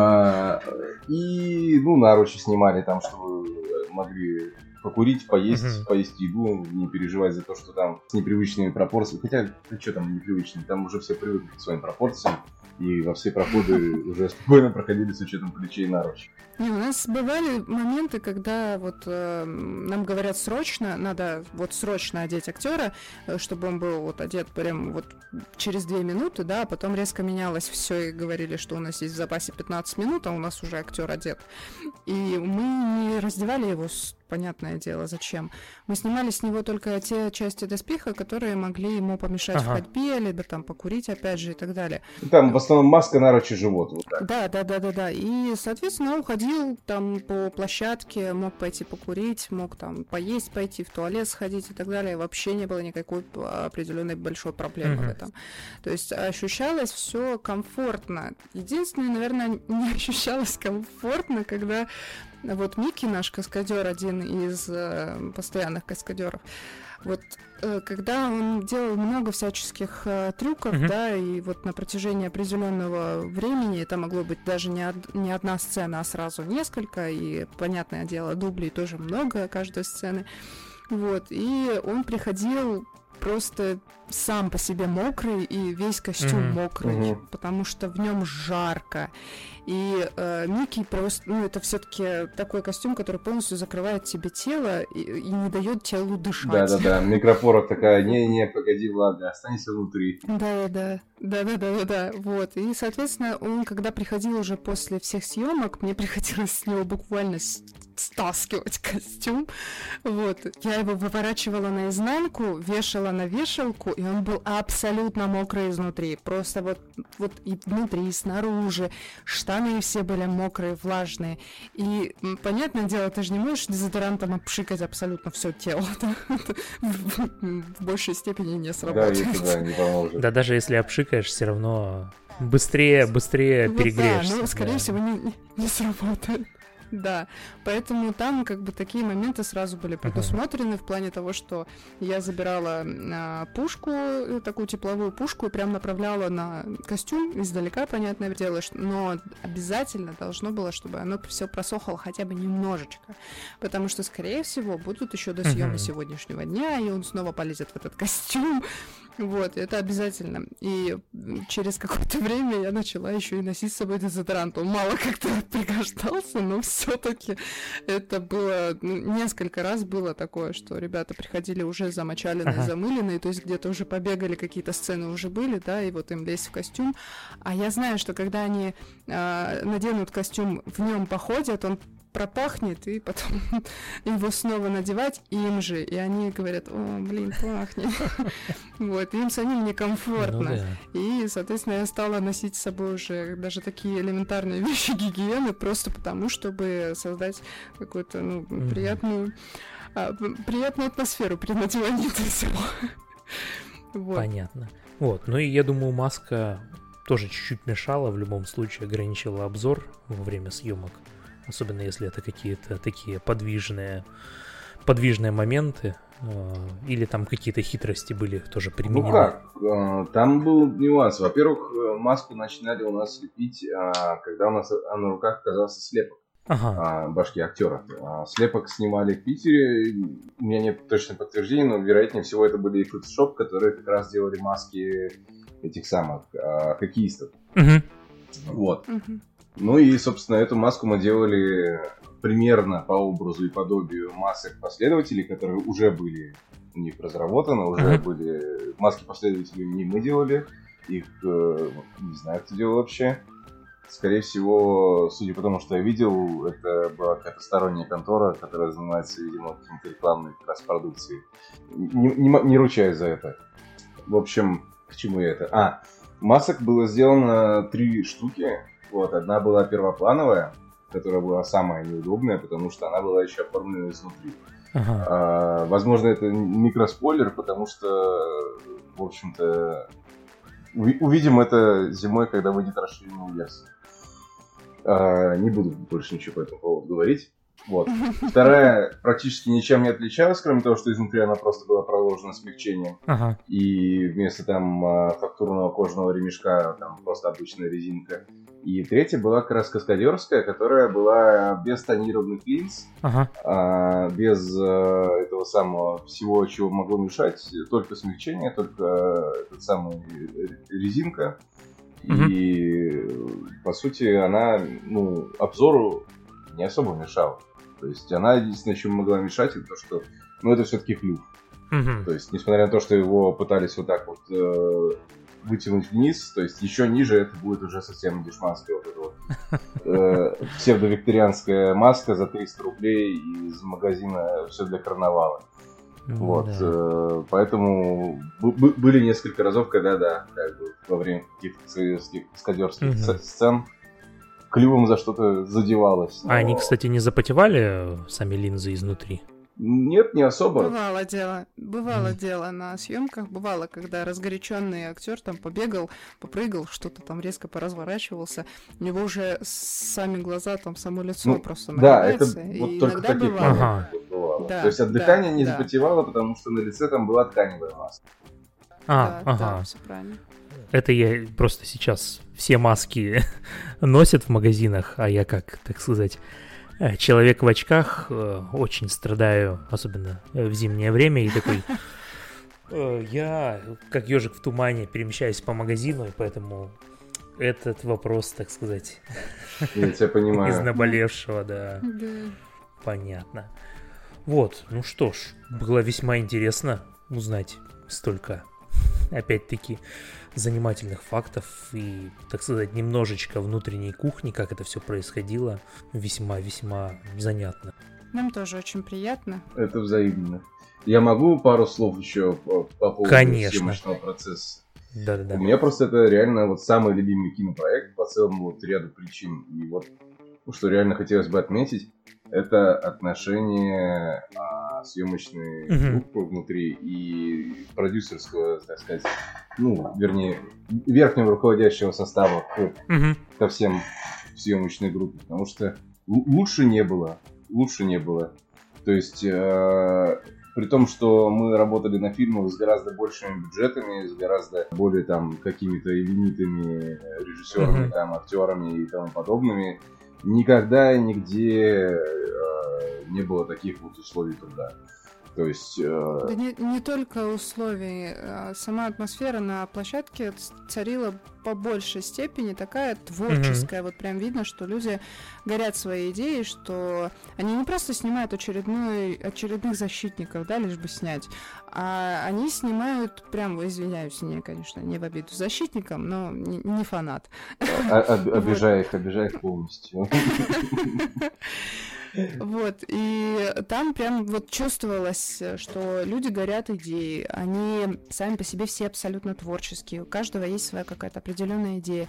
И, ну, наручи снимали там, чтобы могли покурить, поесть, uh-huh. поесть еду, не переживать за то, что там с непривычными пропорциями. Хотя, ну что там непривычными, там уже все привыкли к своим пропорциям. И во все проходы уже спокойно проходили с учетом плечей и наручей. Не, у нас бывали моменты, когда вот э, нам говорят срочно, надо вот срочно одеть актера, чтобы он был вот одет прям вот через две минуты, да, а потом резко менялось все и говорили, что у нас есть в запасе пятнадцать минут, а у нас уже актер одет. И мы не раздевали его, понятное дело, зачем. Мы снимали с него только те части доспеха, которые могли ему помешать ага. в ходьбе, либо там покурить, опять же, и так далее. Там в основном маска, наручи, живот. Вот так. Да, да, да, да, да. И, соответственно, он ходил там по площадке, мог пойти покурить, мог там поесть, пойти в туалет сходить и так далее. Вообще не было никакой определенной большой проблемы mm-hmm. в этом. То есть ощущалось все комфортно. Единственное, наверное, не ощущалось комфортно, когда вот Микки, наш каскадер, один из э, постоянных каскадеров, вот э, когда он делал много всяческих э, трюков, uh-huh. да, и вот на протяжении определенного времени, это могло быть даже не, од- не одна сцена, а сразу несколько, и, понятное дело, дублей тоже много каждой сцены, вот, и он приходил просто сам по себе мокрый, и весь костюм mm-hmm. мокрый, mm-hmm. потому что в нем жарко. И э, Микки просто, ну, это все-таки такой костюм, который полностью закрывает тебе тело и, и не дает телу дышать. Да-да-да, микропора такая, не-не, погоди, Влада, останься внутри. Да-да-да, да-да-да-да, вот. И, соответственно, он, когда приходил уже после всех съемок, мне приходилось с него буквально стаскивать костюм, вот. Я его выворачивала наизнанку, вешала на вешалку, и он был абсолютно мокрый изнутри. Просто вот, вот и внутри, и снаружи. Штаны все были мокрые, влажные. И, понятное дело, ты же не можешь дезодорантом обшикать абсолютно все тело. Да? В большей степени не сработает. Да, не поможет. Да, даже если обшикаешь, все равно быстрее, быстрее ну, перегреешься. Да, но, скорее да. всего, не, не сработает. Да, поэтому там как бы такие моменты сразу были предусмотрены uh-huh. в плане того, что я забирала а, пушку, такую тепловую пушку, и прям направляла на костюм издалека, понятное дело, но обязательно должно было, чтобы оно все просохло хотя бы немножечко, потому что, скорее всего, будут еще до съема uh-huh. сегодняшнего дня, и он снова полезет в этот костюм. Вот, это обязательно. И через какое-то время я начала еще и носить с собой дезодорант. Он мало как-то пригождался, но все-таки это было... Ну, несколько раз было такое, что ребята приходили уже замочаленные, ага. замыленные, то есть где-то уже побегали, какие-то сцены уже были, да, и вот им лезть в костюм. А я знаю, что когда они э, наденут костюм, в нем походят, он пропахнет, и потом его снова надевать им же, и они говорят: о, блин, пахнет. Вот, им самим некомфортно. Ну, да. И, соответственно, я стала носить с собой уже даже такие элементарные вещи гигиены, просто потому, чтобы создать какую-то, ну, mm-hmm. приятную, а, приятную атмосферу при надевании этого всего. Вот. Понятно. Вот, ну и я думаю, маска тоже чуть-чуть мешала, в любом случае ограничила обзор во время съемок. Особенно если это какие-то такие подвижные, подвижные моменты, э, или там какие-то хитрости были тоже применены. Ну как, там был нюанс. Во-первых, маску начинали у нас лепить, когда у нас на руках оказался слепок ага. башки актера. Слепок снимали в Питере, у меня нет точного подтверждения, но вероятнее всего это были фотошоп, которые как раз делали маски этих самых хоккеистов. Угу. Вот. Угу. Ну и, собственно, эту маску мы делали примерно по образу и подобию масок последователей, которые уже были у них разработаны, уже uh-huh. были маски последователей не мы делали, их не знаю, кто делал вообще. Скорее всего, судя по тому, что я видел, это была какая-то сторонняя контора, которая занимается, видимо, какой-то рекламной как раз продукцией. Не, не, не ручаюсь за это. В общем, к чему я это? А, масок было сделано три штуки. Вот, одна была первоплановая, которая была самая неудобная, потому что она была еще оформлена изнутри. Ага. А, возможно, это микроспойлер, потому что, в общем-то, увидим это зимой, когда выйдет расширенная версия. А, не буду больше ничего по этому поводу говорить. Вот. Вторая практически ничем не отличалась, кроме того, что изнутри она просто была проложена смягчением. Ага. И вместо там фактурного кожаного ремешка там просто обычная резинка. И третья была как раз каскадерская, которая была без тонированных линз, ага. а, без а, этого самого всего, чего могло мешать, только смягчение, только этот самый резинка. Угу. И по сути, она, ну, обзору не особо мешала. То есть она единственное, чем могла мешать, это то, что, ну, это все-таки клюв. Угу. То есть, несмотря на то, что его пытались вот так вот э, вытянуть вниз, то есть еще ниже это будет уже совсем дешманская вот эта вот э, псевдовикторианская маска за триста рублей из магазина «Все для карнавала». Вот, да. э, поэтому б- были несколько разов, когда, да, как бы во время каких-то советских каскадерских Угу. сцен клювом за что-то задевалось. Но... А они, кстати, не запотевали сами линзы изнутри? Нет, не особо. Бывало дело, бывало Mm. дело на съемках, бывало, когда разгоряченный актер там побегал, попрыгал, что-то там резко поразворачивался, у него уже сами глаза, там само лицо Ну, просто да, это нагревается, вот и только в иногда таких бывало. Ага. моментах бывало. Да, То есть от да, дыхания не да. запотевало, потому что на лице там была тканевая маска. А, Да, ага. да, все правильно. Это я просто сейчас все маски носят в магазинах, а я как, так сказать, э, человек в очках, э, очень страдаю, особенно э, в зимнее время, и такой... э, Я, как ежик в тумане, перемещаюсь по магазину, и поэтому этот вопрос, так сказать, Я тебя из понимаю. наболевшего, да, Да. понятно. Вот, ну что ж, было весьма интересно узнать столько, опять-таки, занимательных фактов и, так сказать, немножечко внутренней кухни, как это все происходило, весьма-весьма занятно. Нам тоже очень приятно. Это взаимно. Я могу пару слов еще по, по поводу Конечно. съемочного процесса? Да-да-да. У меня просто это реально вот самый любимый кинопроект по целому вот ряду причин. И вот что реально хотелось бы отметить, это отношение а, съемочной Мгм. группы внутри и продюсерского, так сказать, ну, вернее, верхнего руководящего состава к, Мгм. ко всем в съемочной группе, потому что л- лучше не было, лучше не было. То есть, э, при том, что мы работали на фильмах с гораздо большими бюджетами, с гораздо более там какими-то именитыми режиссерами, Мгм. там, актерами и тому подобными, никогда и нигде э, не было таких вот условий труда. То есть... э, Да не, не только условий, а сама атмосфера на площадке ц- царила по большей степени такая творческая. Вот прям видно, что люди горят своей идеей, что они не просто снимают очередной, очередных защитников, да, лишь бы снять, а они снимают, прям, извиняюсь, не, конечно, не в обиду защитникам, но не, не фанат. а- об- Обижай их, обижай их полностью. Вот, и там прям вот чувствовалось, что люди горят идеей, они сами по себе все абсолютно творческие, у каждого есть своя какая-то определенная идея.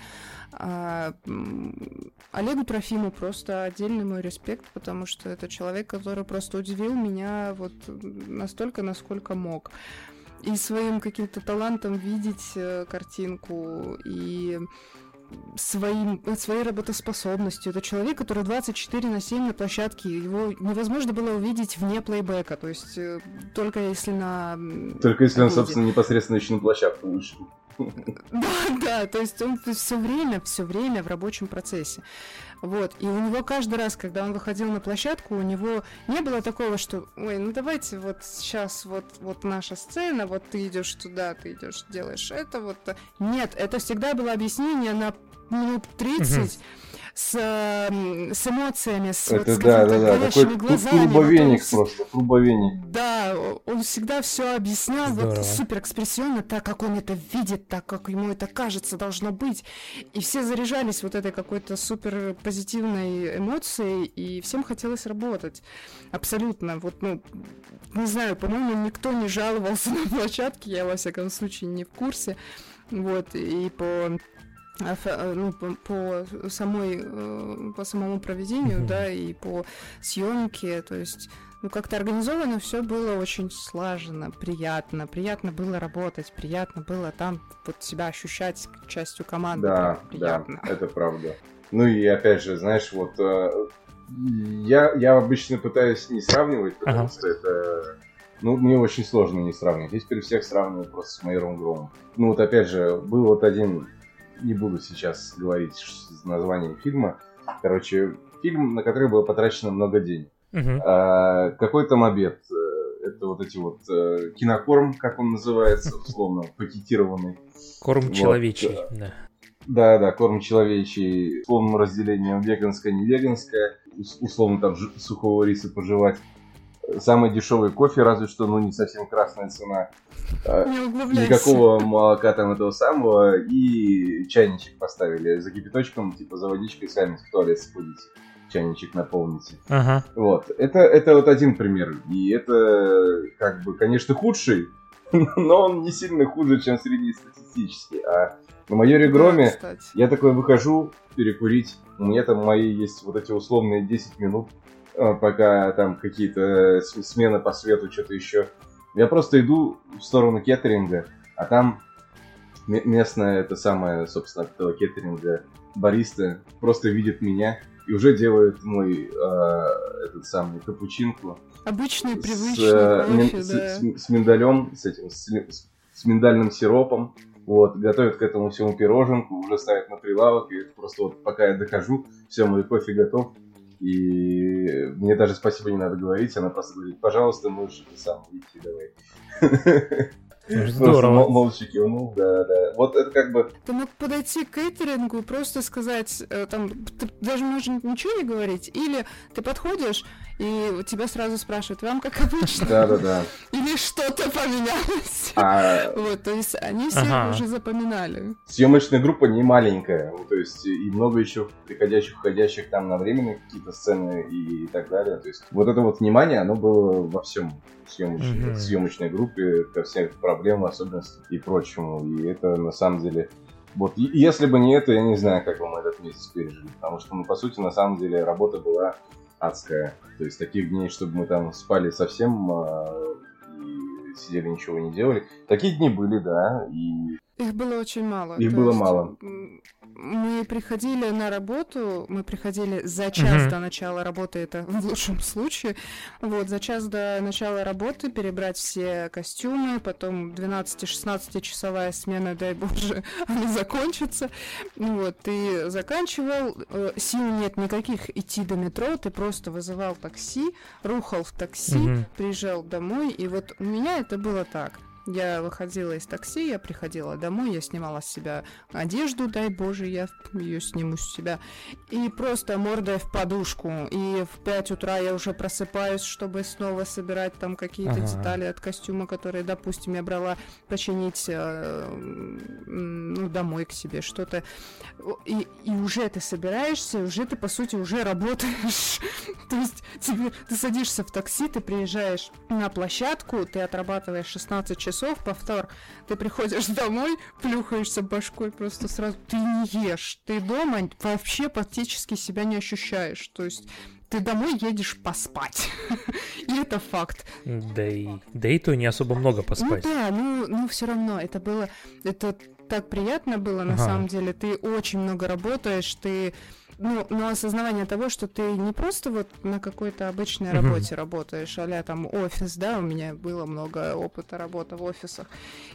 А, м, Олегу Трофиму просто отдельный мой респект, потому что это человек, который просто удивил меня вот настолько, насколько мог. И своим каким-то талантом видеть э, картинку, и своим, своей работоспособностью. Это человек, который двадцать четыре на семь на площадке. Его невозможно было увидеть вне плейбека. То есть э, только если на... м, Только если он, обеде. собственно, непосредственно еще на площадку вышел. Да, да, то есть он все время, все время в рабочем процессе. Вот, и у него каждый раз, когда он выходил на площадку, у него не было такого, что, ой, ну давайте вот сейчас вот, вот наша сцена, вот ты идешь туда, ты идешь, делаешь это, вот. Нет, это всегда было объяснение на минут тридцать с, м, с эмоциями, с, вот, Это скажем да, так, да, да. горящими Такой глазами. Вот он турбовеник всё- просто, турбовеник. Да, он всегда все объяснял Здорово. вот супер экспрессионно, так как он это видит, так как ему это кажется должно быть. И все заряжались вот этой какой-то супер позитивной эмоцией, и всем хотелось работать. Абсолютно. Вот, ну, не знаю, по-моему, никто не жаловался на площадке, я, во всяком случае, не в курсе. Вот, и по а, ф- а, ну, по, по самой, э, по самому проведению, Мгм. да, и по съемке, то есть, ну, как-то организовано все было очень слаженно, приятно, приятно было работать, приятно было там вот себя ощущать частью команды, Да, прям да, приятно. это правда. Ну и опять же, знаешь, вот э, я, я обычно пытаюсь не сравнивать, потому Ага. что это, ну, мне очень сложно не сравнивать. Я теперь всех сравниваю просто с Майером Громом. Ну вот опять же, был вот один, не буду сейчас говорить ш- название фильма, короче, фильм, на который было потрачено много денег. Мгм. А, какой там обед? Э, Это вот эти вот э, кинокорм, как он называется, условно, пакетированный. Корм Вот, человечий, да. да. Да-да, корм человечий, условным разделением веганское-невеганское, условно там ж- сухого риса пожевать. Самый дешевый кофе, разве что, ну, не совсем красная цена. Не углубляйся. Никакого молока там этого самого. И чайничек поставили за кипяточком, типа за водичкой сами в туалет сходите. Чайничек наполните. Ага. Вот. Это, это вот один пример. И это, как бы, конечно, худший, но он не сильно хуже, чем среднестатистический. А на майоре Громе Да, я такой выхожу перекурить. У меня там мои есть вот эти условные десять минут, пока там какие-то смены по свету, что-то еще. Я просто иду в сторону кеттеринга, а там местная, это самое, собственно, этого кеттеринга, бариста просто видит меня и уже делает мой э, этот самый капучинку. Обычный, с, привычный э, кофе, мин, да. с, с, с миндалем, с этим, с, с миндальным сиропом. Вот, готовит к этому всему пироженку, уже ставит на прилавок, и это просто вот пока я дохожу, все, мой кофе готов. И мне даже спасибо не надо говорить, она просто говорит, пожалуйста, можешь это сам выйти, давай. Здорово. Просто молча кивнул, да, да. Вот это как бы... Ты мог подойти к кейтерингу и просто сказать, э, там, ты даже можешь ничего не говорить, или ты подходишь, и тебя сразу спрашивают, вам как обычно? Да, да, да. Или что-то поменялось? А... Вот, то есть они все Ага. уже запоминали. Съемочная группа не маленькая, ну, то есть и много еще приходящих, входящих там на временные какие-то сцены и, и так далее. То есть вот это вот внимание, оно было во всем съемочной, Мгм. съемочной группе, ко всем проблемам, особенностям и прочему. И это на самом деле... Вот, и- если бы не это, я не знаю, как бы мы этот месяц пережили. Потому что, ну, по сути, на самом деле, работа была адская. То есть таких дней, чтобы мы там спали совсем а, и сидели, ничего не делали. Такие дни были, да, и... Их было очень мало. Их То было есть, мало. м, Мы приходили на работу, мы приходили за час Мгм. до начала работы, это в лучшем случае. Вот, за час до начала работы перебрать все костюмы, потом двенадцати-шестнадцатичасовая смена, дай боже, она закончится. Ну Вот, ты заканчивал, э, сил нет никаких идти до метро, ты просто вызывал такси, рухал в такси, Мгм. приезжал домой, и вот у меня это было так. Я выходила из такси, я приходила домой, я снимала с себя одежду, дай боже, я ее сниму с себя, и просто мордой в подушку. И в пять утра я уже просыпаюсь, чтобы снова собирать там какие-то Ага. детали от костюма, которые, допустим, я брала починить э, м, ну, домой к себе, что-то. И, и уже ты собираешься, уже ты, по сути, уже работаешь. То есть тебе, ты садишься в такси, ты приезжаешь на площадку, ты отрабатываешь шестнадцать часов, повтор, ты приходишь домой, плюхаешься башкой просто сразу, ты не ешь, ты дома вообще практически себя не ощущаешь, то есть ты домой едешь поспать, и это факт. Да и, да и то не особо много поспать. Ну да, ну, ну все равно, это было, это так приятно было, на Ага. самом деле, ты очень много работаешь, ты, ну, но осознавание того, что ты не просто вот на какой-то обычной Мгм. работе работаешь, а-ля там офис, да, у меня было много опыта работы в офисах,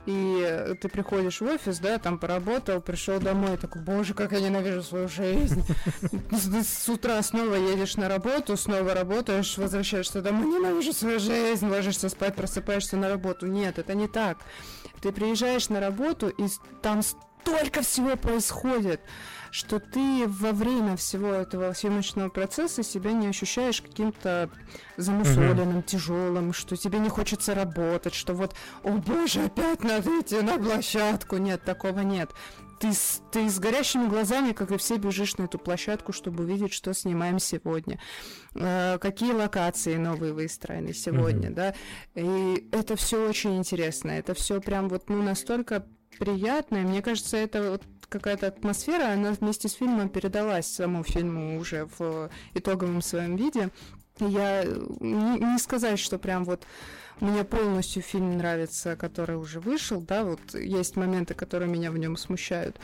и ты приходишь в офис, да, там поработал, пришел домой, такой, боже, как я ненавижу свою жизнь. С с утра снова едешь на работу, снова работаешь, возвращаешься домой, ненавижу свою жизнь, ложишься спать, просыпаешься на работу. Нет, это не так. Ты приезжаешь на работу, и с- там столько всего происходит, что ты во время всего этого съемочного процесса себя не ощущаешь каким-то замусоленным, тяжелым, что тебе не хочется работать, что вот, о боже, опять надо идти на площадку. Нет, такого нет. Ты с, ты с горящими глазами, как и все, бежишь на эту площадку, чтобы увидеть, что снимаем сегодня, э, какие локации новые выстроены сегодня, Мгм. да. И это все очень интересно. Это все прям вот ну настолько приятно. И мне кажется, это вот какая-то атмосфера, она вместе с фильмом передалась самому фильму уже в итоговом своем виде. Я не, не сказать, что прям вот мне полностью фильм нравится, который уже вышел, да, вот есть моменты, которые меня в нем смущают,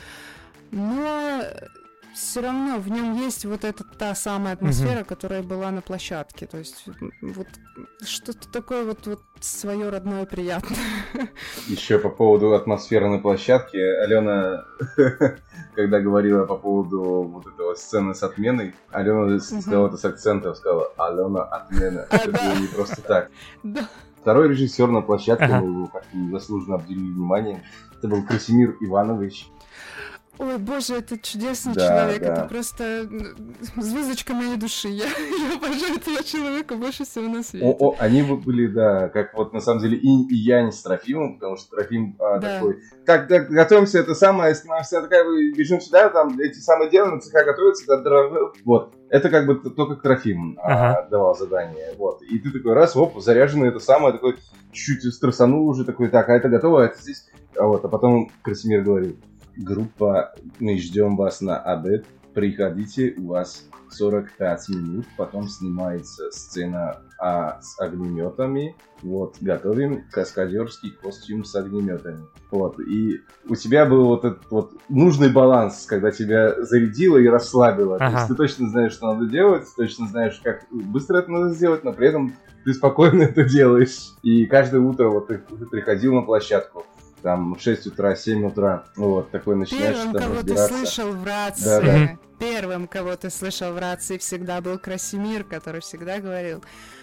но все равно в нем есть вот эта та самая атмосфера, которая была на площадке, то есть м, вот что-то такое вот, вот свое родное приятное. Еще по поводу атмосферы на площадке. Алена, когда говорила по поводу вот этого сцены с отменой, Алена сказала это с акцентом, сказала «Алена, отмена». А, Это да. было не просто так. Да. Второй режиссер на площадке, Ага. мы его как-то незаслуженно обделили вниманием. Это был Красимир Иванович. Ой, боже, это чудесный Да, человек, да. это просто звездочка моей души. Я, я обожаю этого человека больше всего на свете. О, о, они бы были, да, как вот на самом деле инь и янь с Трофимом, потому что Трофим а, Да. такой, так, так, готовимся, это самое, снимаемся, такая, бежим сюда, там эти самые дела на цеха готовятся, да, да, да. Вот. Это как бы то, как Трофим Ага. а, давал задание, вот. И ты такой раз, оп, заряженный, это самое, такой, чуть-чуть стрессанул уже, такой, так, а это готово, а это здесь, а вот, а потом Красимир говорит, группа, мы ждем вас на обед, приходите, у вас сорок пять минут, потом снимается сцена а, с огнеметами, вот, готовим каскадерский костюм с огнеметами, вот, и у тебя был вот этот вот нужный баланс, когда тебя зарядило и расслабило, Ага. то есть ты точно знаешь, что надо делать, точно знаешь, как быстро это надо сделать, но при этом ты спокойно это делаешь, и каждое утро вот ты, ты приходил на площадку, там в шесть утра, семь утра, вот, такой начинаешь Первым, там кого ты разбираться. слышал в рации, Да-да. первым, кого ты слышал в рации, всегда был Красимир, который всегда говорил: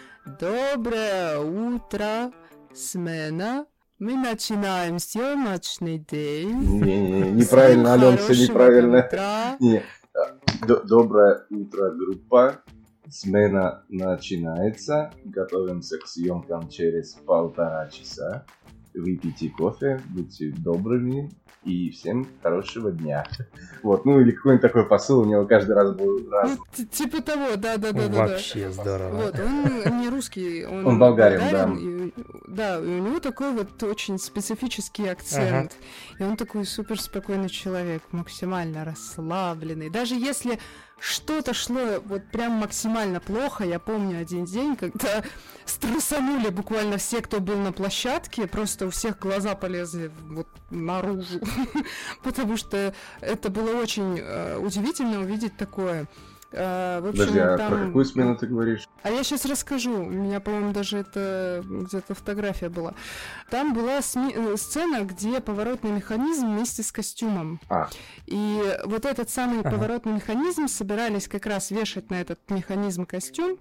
«Доброе утро, смена, мы начинаем съемочный день». Не-не-не, неправильно, Всем Ален, все хорошего неправильно. утра». Не. Д- Доброе утро, группа. Смена начинается. Готовимся к съемкам через полтора часа. Выпейте кофе, будьте добрыми и всем хорошего дня. Вот, ну или какой-нибудь такой посыл у него каждый раз был разный. Ну, т- типа того, да-да-да-да. Вообще здорово. Вот, он не русский, он, Он болгарин, да. и- да, и у него такой вот очень специфический акцент. И он такой супер спокойный человек, максимально расслабленный. Даже если что-то шло вот прям максимально плохо, я помню один день, когда стрессанули буквально все, кто был на площадке, просто у всех глаза полезли вот наружу, потому что это было очень э, удивительно увидеть такое. Э, в общем, Подожди, а там... про какую смену ты говоришь? А я сейчас расскажу. У меня, по-моему, даже это где-то фотография была. Там была сме- э, сцена, где поворотный механизм вместе с костюмом. А. И вот этот самый Ага. поворотный механизм собирались как раз вешать на этот механизм костюм.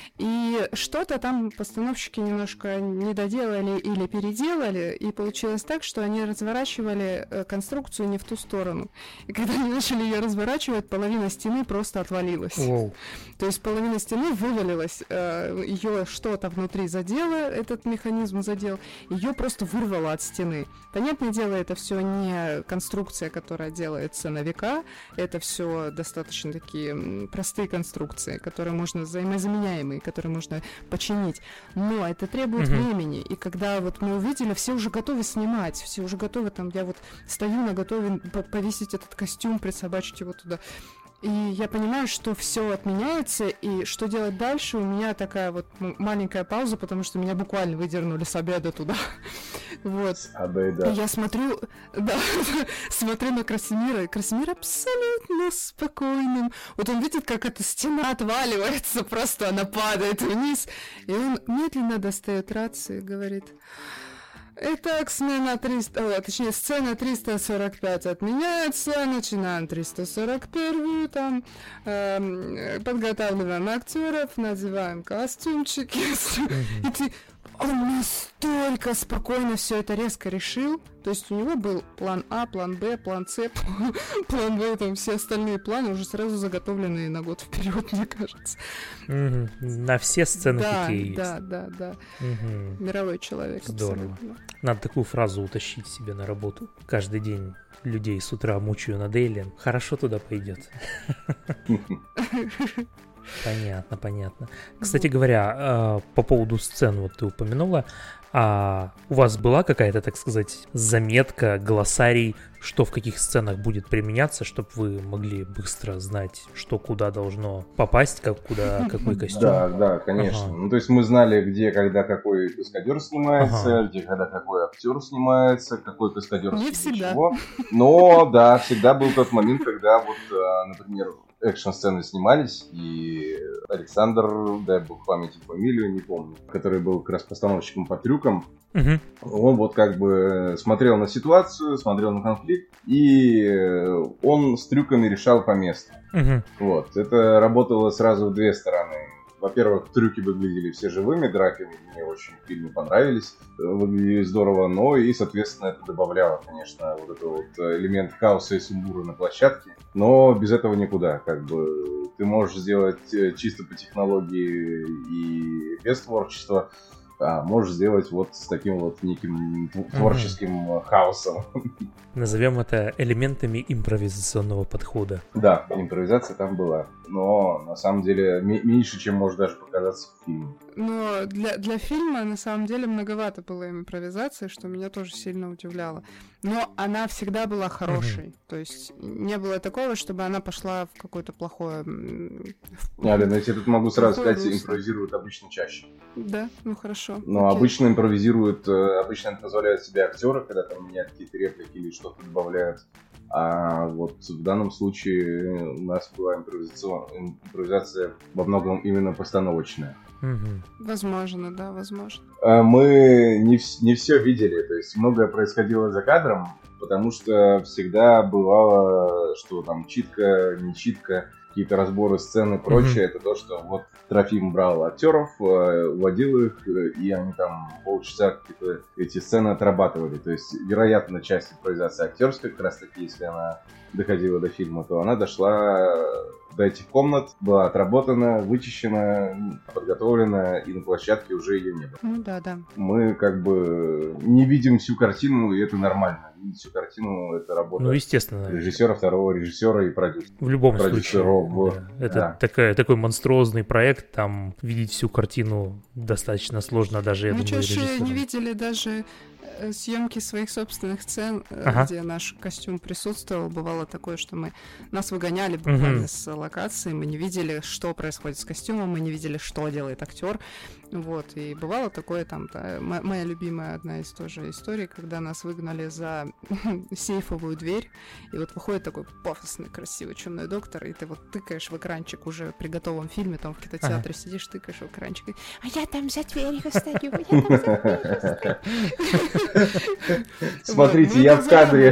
И что-то там постановщики немножко не доделали или переделали. И получилось так, что они разворачивали э, конструкцию не в ту сторону. И когда они начали ее разворачивать, половина стены просто отвалилась. Воу. То есть половина стены вывалилась, э, ее что-то внутри задело, этот механизм задел, ее просто вырвало от стены. Понятное дело, это все не конструкция, которая делается на века, это все достаточно такие м, простые конструкции, которые можно взаимозаменяемые, которые можно починить. Но это требует Мгм. времени. И когда вот мы увидели, все уже готовы снимать, все уже готовы, там я вот стою на готове по- повесить этот костюм, присобачить его туда. И я понимаю, что все отменяется, и что делать дальше, у меня такая вот м- маленькая пауза, потому что меня буквально выдернули с обеда туда. Вот. А, да, И да. я смотрю, да, смотрю на Красимира, и Красимир абсолютно спокойным. Вот он видит, как эта стена отваливается, просто она падает вниз, и он медленно достает рацию и говорит: «Итак, смена триста, о, точнее, сцена триста сорок пять отменяется, начинаем триста сорок первую, там, эм, подготавливаем актеров, надеваем костюмчики». И ты... Он настолько спокойно все это резко решил. То есть у него был план А, план Б, план С, план В, там все остальные планы уже сразу заготовленные на год вперед, мне кажется. Мгм. На все сцены Да, такие есть. да, да, да. Мгм. Мировой человек. Здорово. абсолютно. Надо такую фразу утащить себе на работу. Каждый день людей с утра мучаю над Эйлен. Хорошо туда пойдет. Понятно, понятно. Кстати говоря, э, по поводу сцен, вот ты упомянула, а у вас была какая-то, так сказать, заметка, глоссарий, что в каких сценах будет применяться, чтобы вы могли быстро знать, что куда должно попасть, как куда, какой костюм? Да, да, конечно. Ага. Ну, то есть мы знали, где, когда какой каскадер снимается, Ага. где, когда какой актер снимается, какой каскадер Не для всегда. чего. Но, да, всегда был тот момент, когда вот, а, например, экшн-сцены снимались, и Александр, дай бог памяти фамилию, не помню, который был как раз постановщиком по трюкам, Мгм. он вот как бы смотрел на ситуацию, смотрел на конфликт, и он с трюками решал по месту. Мгм. Вот, это работало сразу в две стороны. во-первых, трюки выглядели все живыми, драки мне очень в фильме понравились, выглядели здорово, но и, соответственно, это добавляло, конечно, вот этот вот элемент хаоса и сумбура на площадке, но без этого никуда, как бы ты можешь сделать чисто по технологии и без творчества, а можешь сделать вот с таким вот неким творческим mm-hmm. хаосом. Назовем это элементами импровизационного подхода. Да, импровизация там была, но на самом деле м- меньше, чем может даже показаться в фильме. Но для, для фильма на самом деле многовато было импровизации, что меня тоже сильно удивляло. Но она всегда была хорошей. Mm-hmm. То есть не было такого, чтобы она пошла в какое-то плохое... А, да, я тебе тут могу сразу сказать, русло. Импровизируют обычно чаще. Да, ну хорошо. Но окей. Обычно импровизируют, обычно это позволяют себе актеры, когда там меняют какие-то реплики или что-то добавляют. А вот в данном случае у нас была импровизация во многом именно постановочная. Угу. Возможно, да, возможно. Мы не, не все видели, то есть многое происходило за кадром, потому что всегда бывало, что там читка, не читка, какие-то разборы сцены и прочее, mm-hmm. это то, что вот Трофим брал актеров, уводил их, и они там полчаса какие-то эти сцены отрабатывали. То есть, вероятно, часть импровизации актерской, как раз таки, если она доходила до фильма, то она дошла до этих комнат, была отработана, вычищена, подготовлена, и на площадке уже ее не было. Ну да, да. Мы как бы не видим всю картину, и это нормально. Видеть всю картину — это работа ну, естественно. режиссера, второго режиссера и продюсера. В любом случае. Да. Это да. такая, такой монструозный проект, там видеть всю картину достаточно сложно даже, я Мы думаю, режиссеру. Мы режиссеру. не видели даже съемки своих собственных сцен, ага. где наш костюм присутствовал. Бывало такое, что мы нас выгоняли буквально угу. с локации, мы не видели, что происходит с костюмом, мы не видели, что делает актер. Вот, и бывало такое там, да, моя любимая одна из тоже историй, когда нас выгнали за сейфовую дверь, и вот выходит такой пафосный, красивый чумной доктор, и ты вот тыкаешь в экранчик уже при готовом фильме, там в кинотеатре ага. сидишь, тыкаешь в экранчик, и, а я там за дверью стою, я там за дверью стою. Смотрите, я в кадре.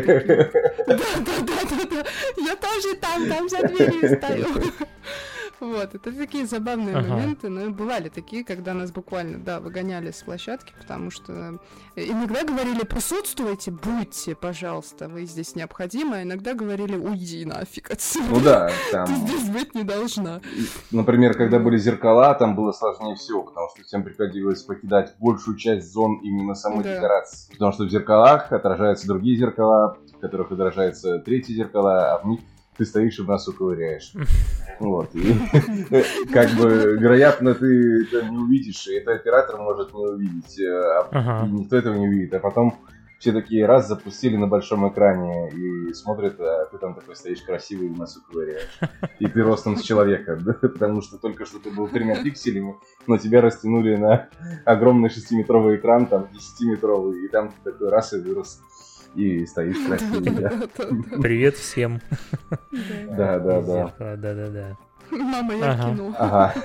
Да-да-да, я тоже там, там за дверью стою. Вот, это такие забавные ага. моменты, но бывали такие, когда нас буквально, да, выгоняли с площадки, потому что иногда говорили: присутствуйте, будьте, пожалуйста, вы здесь необходимы, а иногда говорили: уйди нафиг отсюда. Ну да, там... Ты здесь быть не должна. Например, когда были зеркала, там было сложнее всего, потому что всем приходилось покидать большую часть зон именно самой да. декорации. Потому что в зеркалах отражаются другие зеркала, в которых отражаются третьи зеркала, а в них ты стоишь и в носу ковыряешь. Вот. И, как бы, вероятно, ты это не увидишь, и это оператор может не увидеть, а ага. никто этого не увидит. А потом все такие раз запустили на большом экране и смотрят, а ты там такой стоишь красивый и в носу ковыряешь. И ты ростом с человека, да? Потому что только что ты был тремя пикселями, но тебя растянули на огромный шестиметровый экран, там десятиметровый, и там ты такой раз и вырос. И стоишь красивый, да. Привет всем. Да, да, да. Да, да, да. Мама, я кинул. Ага.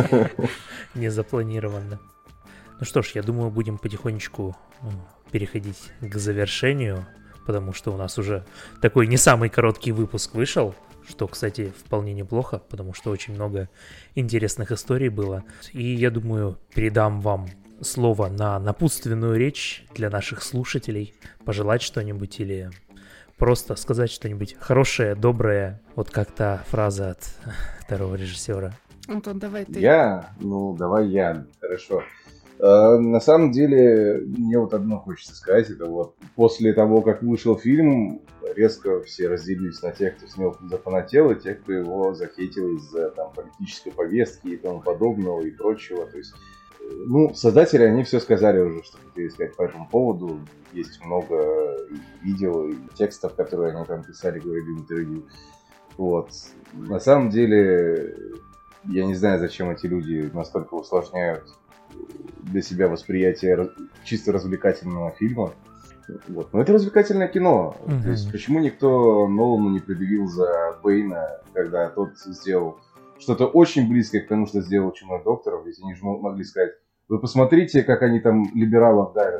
Не запланировано. Ну что ж, я думаю, будем потихонечку переходить к завершению, потому что у нас уже такой не самый короткий выпуск вышел, что, кстати, вполне неплохо, потому что очень много интересных историй было. И я думаю, передам вам слово на напутственную речь для наших слушателей, пожелать что-нибудь или просто сказать что-нибудь хорошее, доброе, вот как та фраза от второго режиссера. Антон, давай ты. Я? Ну, давай я. Хорошо. Э, на самом деле, мне вот одно хочется сказать, это вот после того, как вышел фильм, резко все разделились на тех, кто с него зафанател, и тех, кто его захейтил из-за там политической повестки и тому подобного и прочего, то есть ну, создатели, они все сказали уже, что хотели сказать по этому поводу. Есть много видео и текстов, которые они там писали, говорили в интервью. Вот. На самом деле, я не знаю, зачем эти люди настолько усложняют для себя восприятие чисто развлекательного фильма. Вот. Но это развлекательное кино. Mm-hmm. То есть, почему никто Нолану не предъявил за Бэйна, когда тот сделал что-то очень близкое к тому, что сделал Чумной доктор, ведь они же могли сказать: вы посмотрите, как они там либералов давят.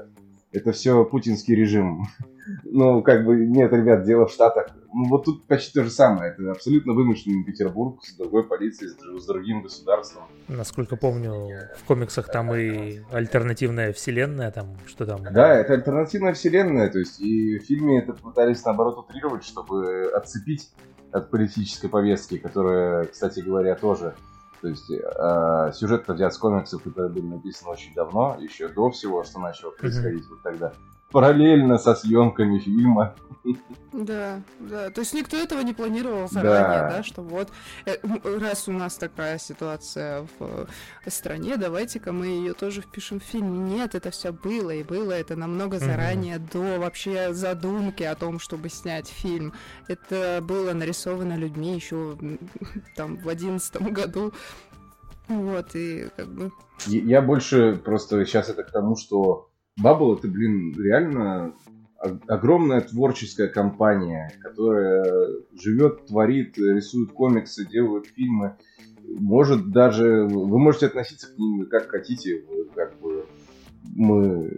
это все путинский режим. Ну, как бы, нет, ребят, дело в Штатах. Ну, вот тут почти то же самое. Это абсолютно вымышленный Петербург с другой полицией, с другим государством. Насколько помню, в комиксах там и альтернативная вселенная, там, что там... Да, это альтернативная вселенная, то есть и в фильме это пытались, наоборот, утрировать, чтобы отцепить от политической повестки, которая, кстати говоря, тоже... То есть э, сюжет-то взят с комиксов, которые были написаны очень давно, еще до всего, что начало происходить mm-hmm. вот тогда. Параллельно со съемками фильма. Да, да. То есть никто этого не планировал заранее, да, да что вот раз у нас такая ситуация в стране, давайте-ка мы ее тоже впишем в фильм. Нет, это все было, и было это намного заранее, mm-hmm. до вообще задумки о том, чтобы снять фильм. Это было нарисовано людьми еще там в одиннадцатом году. Вот, и как бы... Я больше просто сейчас это к тому, что Bubble — это, блин, реально огромная творческая компания, которая живет, творит, рисует комиксы, делает фильмы. Может даже... Вы можете относиться к ним как хотите. Как бы мы...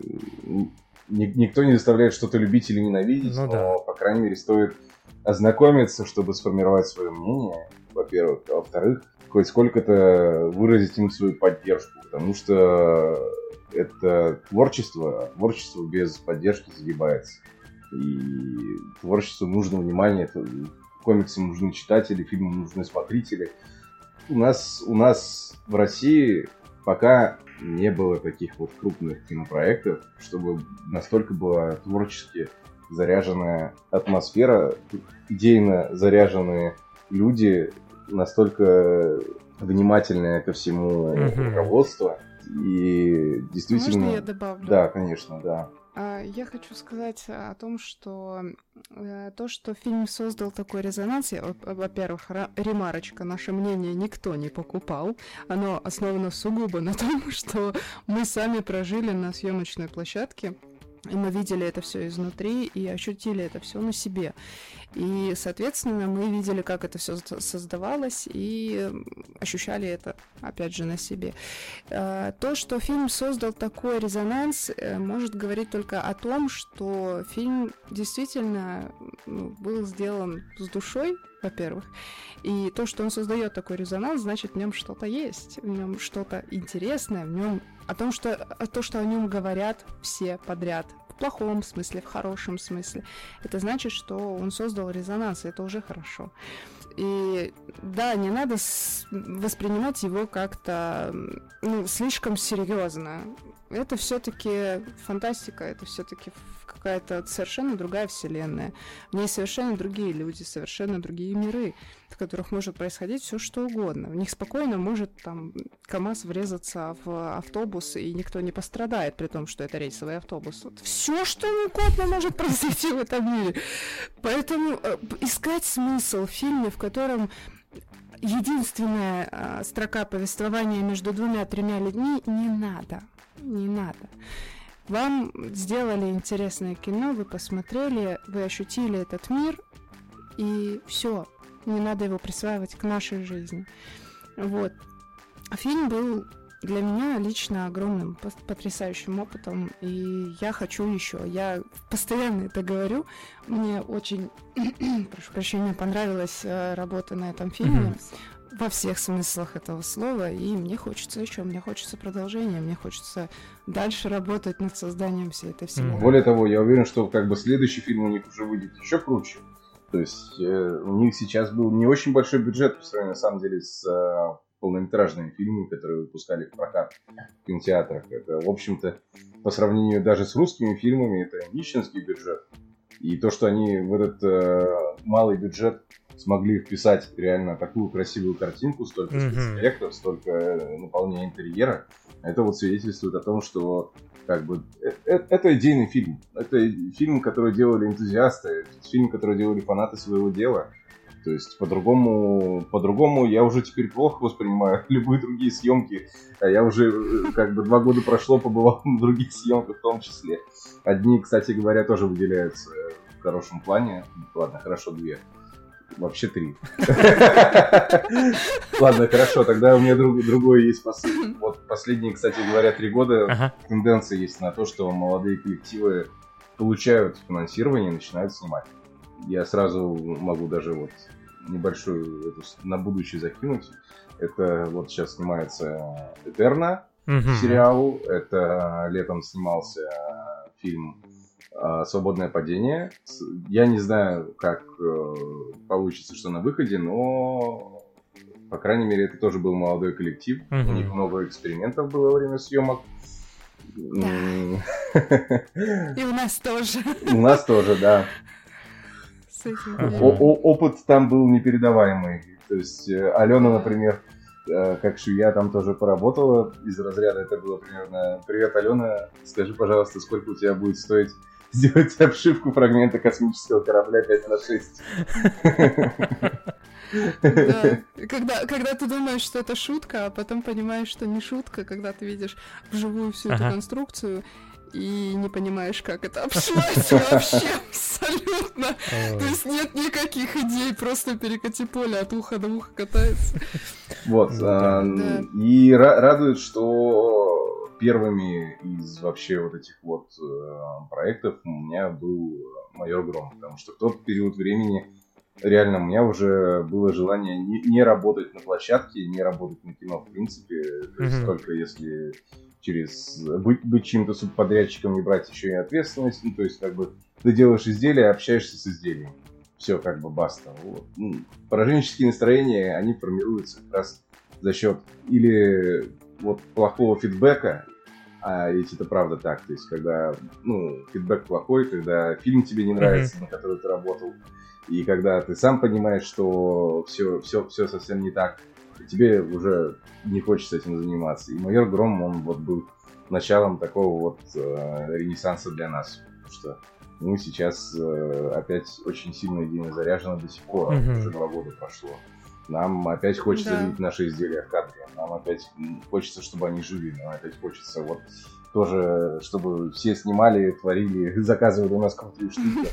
Никто не заставляет что-то любить или ненавидеть, ну, но, да. по крайней мере, стоит ознакомиться, чтобы сформировать свое мнение, во-первых. А во-вторых, хоть сколько-то выразить им свою поддержку, потому что это творчество, а творчество без поддержки загибается. И творчеству нужно внимание, комиксам нужны читатели, фильмам нужны смотрители. У нас, у нас в России пока не было таких вот крупных кинопроектов, чтобы настолько была творчески заряженная атмосфера, идейно заряженные люди, настолько внимательное ко всему mm-hmm. руководство. И действительно... Можно я добавлю? Да, конечно, да. Я хочу сказать о том, что то, что фильм создал такой резонанс, я, во-первых, ремарочка, наше мнение никто не покупал, оно основано сугубо на том, что мы сами прожили на съемочной площадке, и мы видели это все изнутри и ощутили это все на себе. И, соответственно, мы видели, как это все создавалось, и ощущали это, опять же, на себе. То, что фильм создал такой резонанс, может говорить только о том, что фильм действительно был сделан с душой, во-первых. И то, что он создает такой резонанс, значит, в нем что-то есть, в нем что-то интересное, в нем о том, что, о том, что о нем говорят все подряд. В плохом смысле, в хорошем смысле. Это значит, что он создал резонанс, и это уже хорошо. И да, не надо с- воспринимать его как-то ну, слишком серьезно. Это все-таки фантастика, это все-таки какая-то совершенно другая вселенная. В ней совершенно другие люди, совершенно другие миры, в которых может происходить все что угодно. В них спокойно может там КамАЗ врезаться в автобус, и никто не пострадает, при том, что это рейсовый автобус. Вот все что угодно может произойти в этом мире. Поэтому э, искать смысл в фильме, в котором единственная э, строка повествования между двумя-тремя людьми, не надо. Не надо. Вам сделали интересное кино, вы посмотрели, вы ощутили этот мир, и все. Не надо его присваивать к нашей жизни. Вот. Фильм был для меня лично огромным, потрясающим опытом, и я хочу еще. Я постоянно это говорю. Мне очень, прошу прощения, понравилась работа на этом фильме. Во всех смыслах этого слова, и мне хочется еще, мне хочется продолжения, мне хочется дальше работать над созданием всей этой вселенной. Более того, я уверен, что как бы следующий фильм у них уже выйдет еще круче. То есть э, у них сейчас был не очень большой бюджет по сравнению, на самом деле, с э, полнометражными фильмами, которые выпускали в прокат в кинотеатрах. Это, в общем-то, по сравнению даже с русскими фильмами, это нищенский бюджет. И то, что они в этот э, малый бюджет смогли вписать реально такую красивую картинку, столько mm-hmm. спецэффектов, столько наполнения интерьера, это вот свидетельствует о том, что как бы это, это идейный фильм. Это фильм, который делали энтузиасты, фильм, который делали фанаты своего дела. То есть по-другому, по-другому я уже теперь плохо воспринимаю любые другие съемки. А я уже как бы два года прошло, побывал на других съемках в том числе. Одни, кстати говоря, тоже выделяются в хорошем плане. Ладно, хорошо, две. вообще три. Ладно, хорошо, тогда у меня другой есть. Вот последние, кстати говоря, три года тенденция есть на то, что молодые коллективы получают финансирование и начинают снимать. Я сразу могу даже вот небольшую эту на будущее закинуть. Это вот сейчас снимается «Этерна», mm-hmm. сериал. Это летом снимался фильм «Свободное падение». Я не знаю, как получится, что на выходе, но, по крайней мере, это тоже был молодой коллектив. Mm-hmm. У них много экспериментов было во время съемок. Да. И у нас тоже. У нас тоже, да. Опыт там был непередаваемый. То есть Алена, например, как швея, там тоже поработала из разряда. Это было примерно: «Привет, Алена, скажи, пожалуйста, сколько у тебя будет стоить сделать обшивку фрагмента космического корабля пять на шесть?» Да. Когда, когда ты думаешь, что это шутка, а потом понимаешь, что не шутка, когда ты видишь вживую всю ага. эту конструкцию и не понимаешь, как это обшивать вообще абсолютно. То есть нет никаких идей, просто перекати поле от уха до уха катается. Вот. И радует, что первыми из вообще вот этих вот проектов у меня был «Майор Гром», потому что в тот период времени реально у меня уже было желание не, не работать на площадке, не работать на кино в принципе, то есть mm-hmm. только если через быть, быть чьим-то субподрядчиком, не брать еще и ответственность, ну, то есть как бы ты делаешь изделие, общаешься с изделием, все как бы баста. Вот. Ну, пораженческие настроения, они формируются как раз за счет или вот плохого фидбэка, а ведь это правда так, то есть когда ну, фидбэк плохой, когда фильм тебе не нравится, mm-hmm. на который ты работал, и когда ты сам понимаешь, что все, все, все совсем не так, тебе уже не хочется этим заниматься. И «Майор Гром», он вот был началом такого вот э, ренессанса для нас. Потому что мы сейчас э, опять очень сильно идейно заряжены до сих пор. Mm-hmm. Уже два года прошло. Нам опять хочется да. видеть наши изделия в кадре. Нам опять хочется, чтобы они жили. Нам опять хочется вот тоже, чтобы все снимали, творили, заказывали у нас крутые штуки.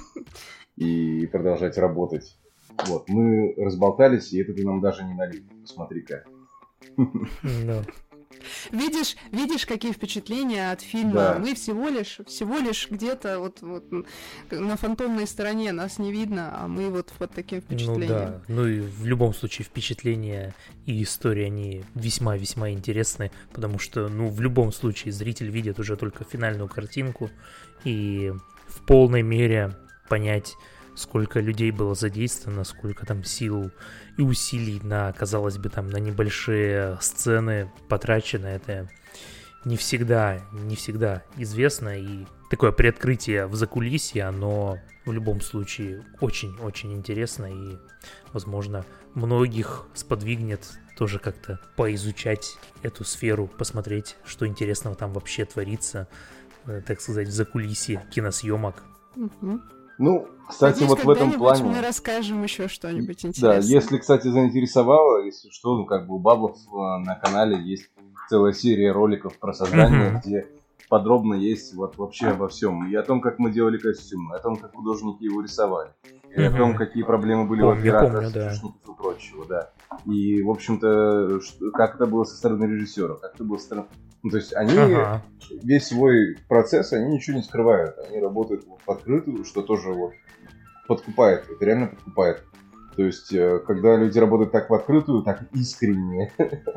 И продолжать работать. Вот, мы разболтались, и это ты нам даже не налил. Смотри-ка. No. Видишь, видишь, какие впечатления от фильма? Да. Мы всего лишь, всего лишь где-то вот, вот на фантомной стороне, нас не видно, а мы вот под таким впечатлением. Ну да, ну и в любом случае впечатления и истории, они весьма-весьма интересны, потому что, ну, в любом случае зритель видит уже только финальную картинку и в полной мере понять, сколько людей было задействовано, сколько там сил и усилий на, казалось бы, там на небольшие сцены потрачено. Это не всегда, не всегда известно, и такое приоткрытие в закулисье, оно в любом случае очень-очень интересно, и, возможно, многих сподвигнет тоже как-то поизучать эту сферу, посмотреть, что интересного там вообще творится, так сказать, в закулисье киносъемок. Угу. Ну, кстати, Надеюсь, вот в этом плане... мы расскажем еще что-нибудь интересное. Да, если, кстати, заинтересовало, если что, ну, как бы у Баблов на канале есть целая серия роликов про создание, mm-hmm. где подробно есть вот вообще обо всем. И о том, как мы делали костюм, и о том, как художники его рисовали, и mm-hmm. о том, какие проблемы были помню, в операторах, да. и прочего, да. И, в общем-то, как это было со стороны режиссера, как это было со стороны... Ну, то есть они ага. весь свой процесс, они ничего не скрывают. Они работают в открытую, что тоже вот подкупает. Это реально подкупает. То есть, когда люди работают так в открытую, так искренне.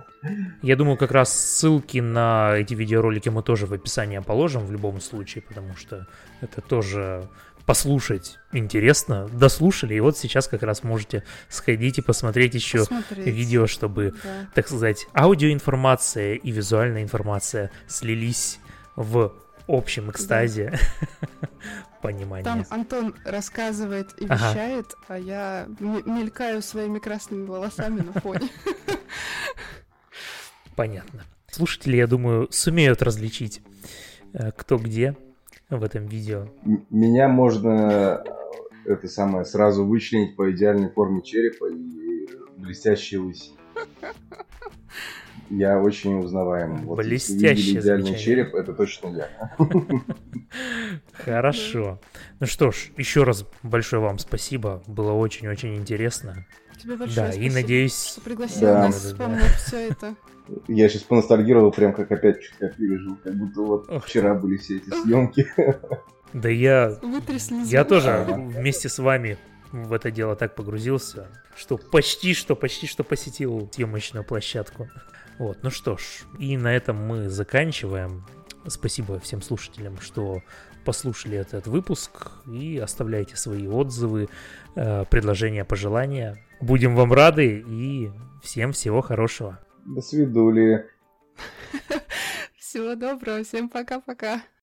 Я думаю, как раз ссылки на эти видеоролики мы тоже в описании положим в любом случае, потому что это тоже... послушать интересно, дослушали, и вот сейчас как раз можете сходить и посмотреть еще посмотреть. видео, чтобы, да. так сказать, аудиоинформация и визуальная информация слились в общем экстазе да. понимания. Там Антон рассказывает и ага. вещает, а я мелькаю своими красными волосами на фоне. Понятно. Слушатели, я думаю, сумеют различить, кто где в этом видео. Меня можно это самое сразу вычленить по идеальной форме черепа и блестящей лысине. Я очень узнаваем. Вот блестящий идеальный череп, это точно я. Хорошо. Ну что ж, еще раз большое вам спасибо. Было очень-очень интересно. Тебе большое Да, спасибо, и надеюсь... что пригласил Да. нас Да, да, да. помочь все это. Я сейчас поностальгировал, прям как опять что-то как пережил, как будто вот Ох. вчера были все эти съемки. Да я... Вытри слезу. Я тоже Ага. вместе с вами в это дело так погрузился, что почти что, почти что посетил съемочную площадку. Вот, ну что ж, и на этом мы заканчиваем. Спасибо всем слушателям, что послушали этот выпуск, и оставляйте свои отзывы, э, предложения, пожелания. Будем вам рады, и всем всего хорошего. До свидули. Всего доброго, всем пока-пока.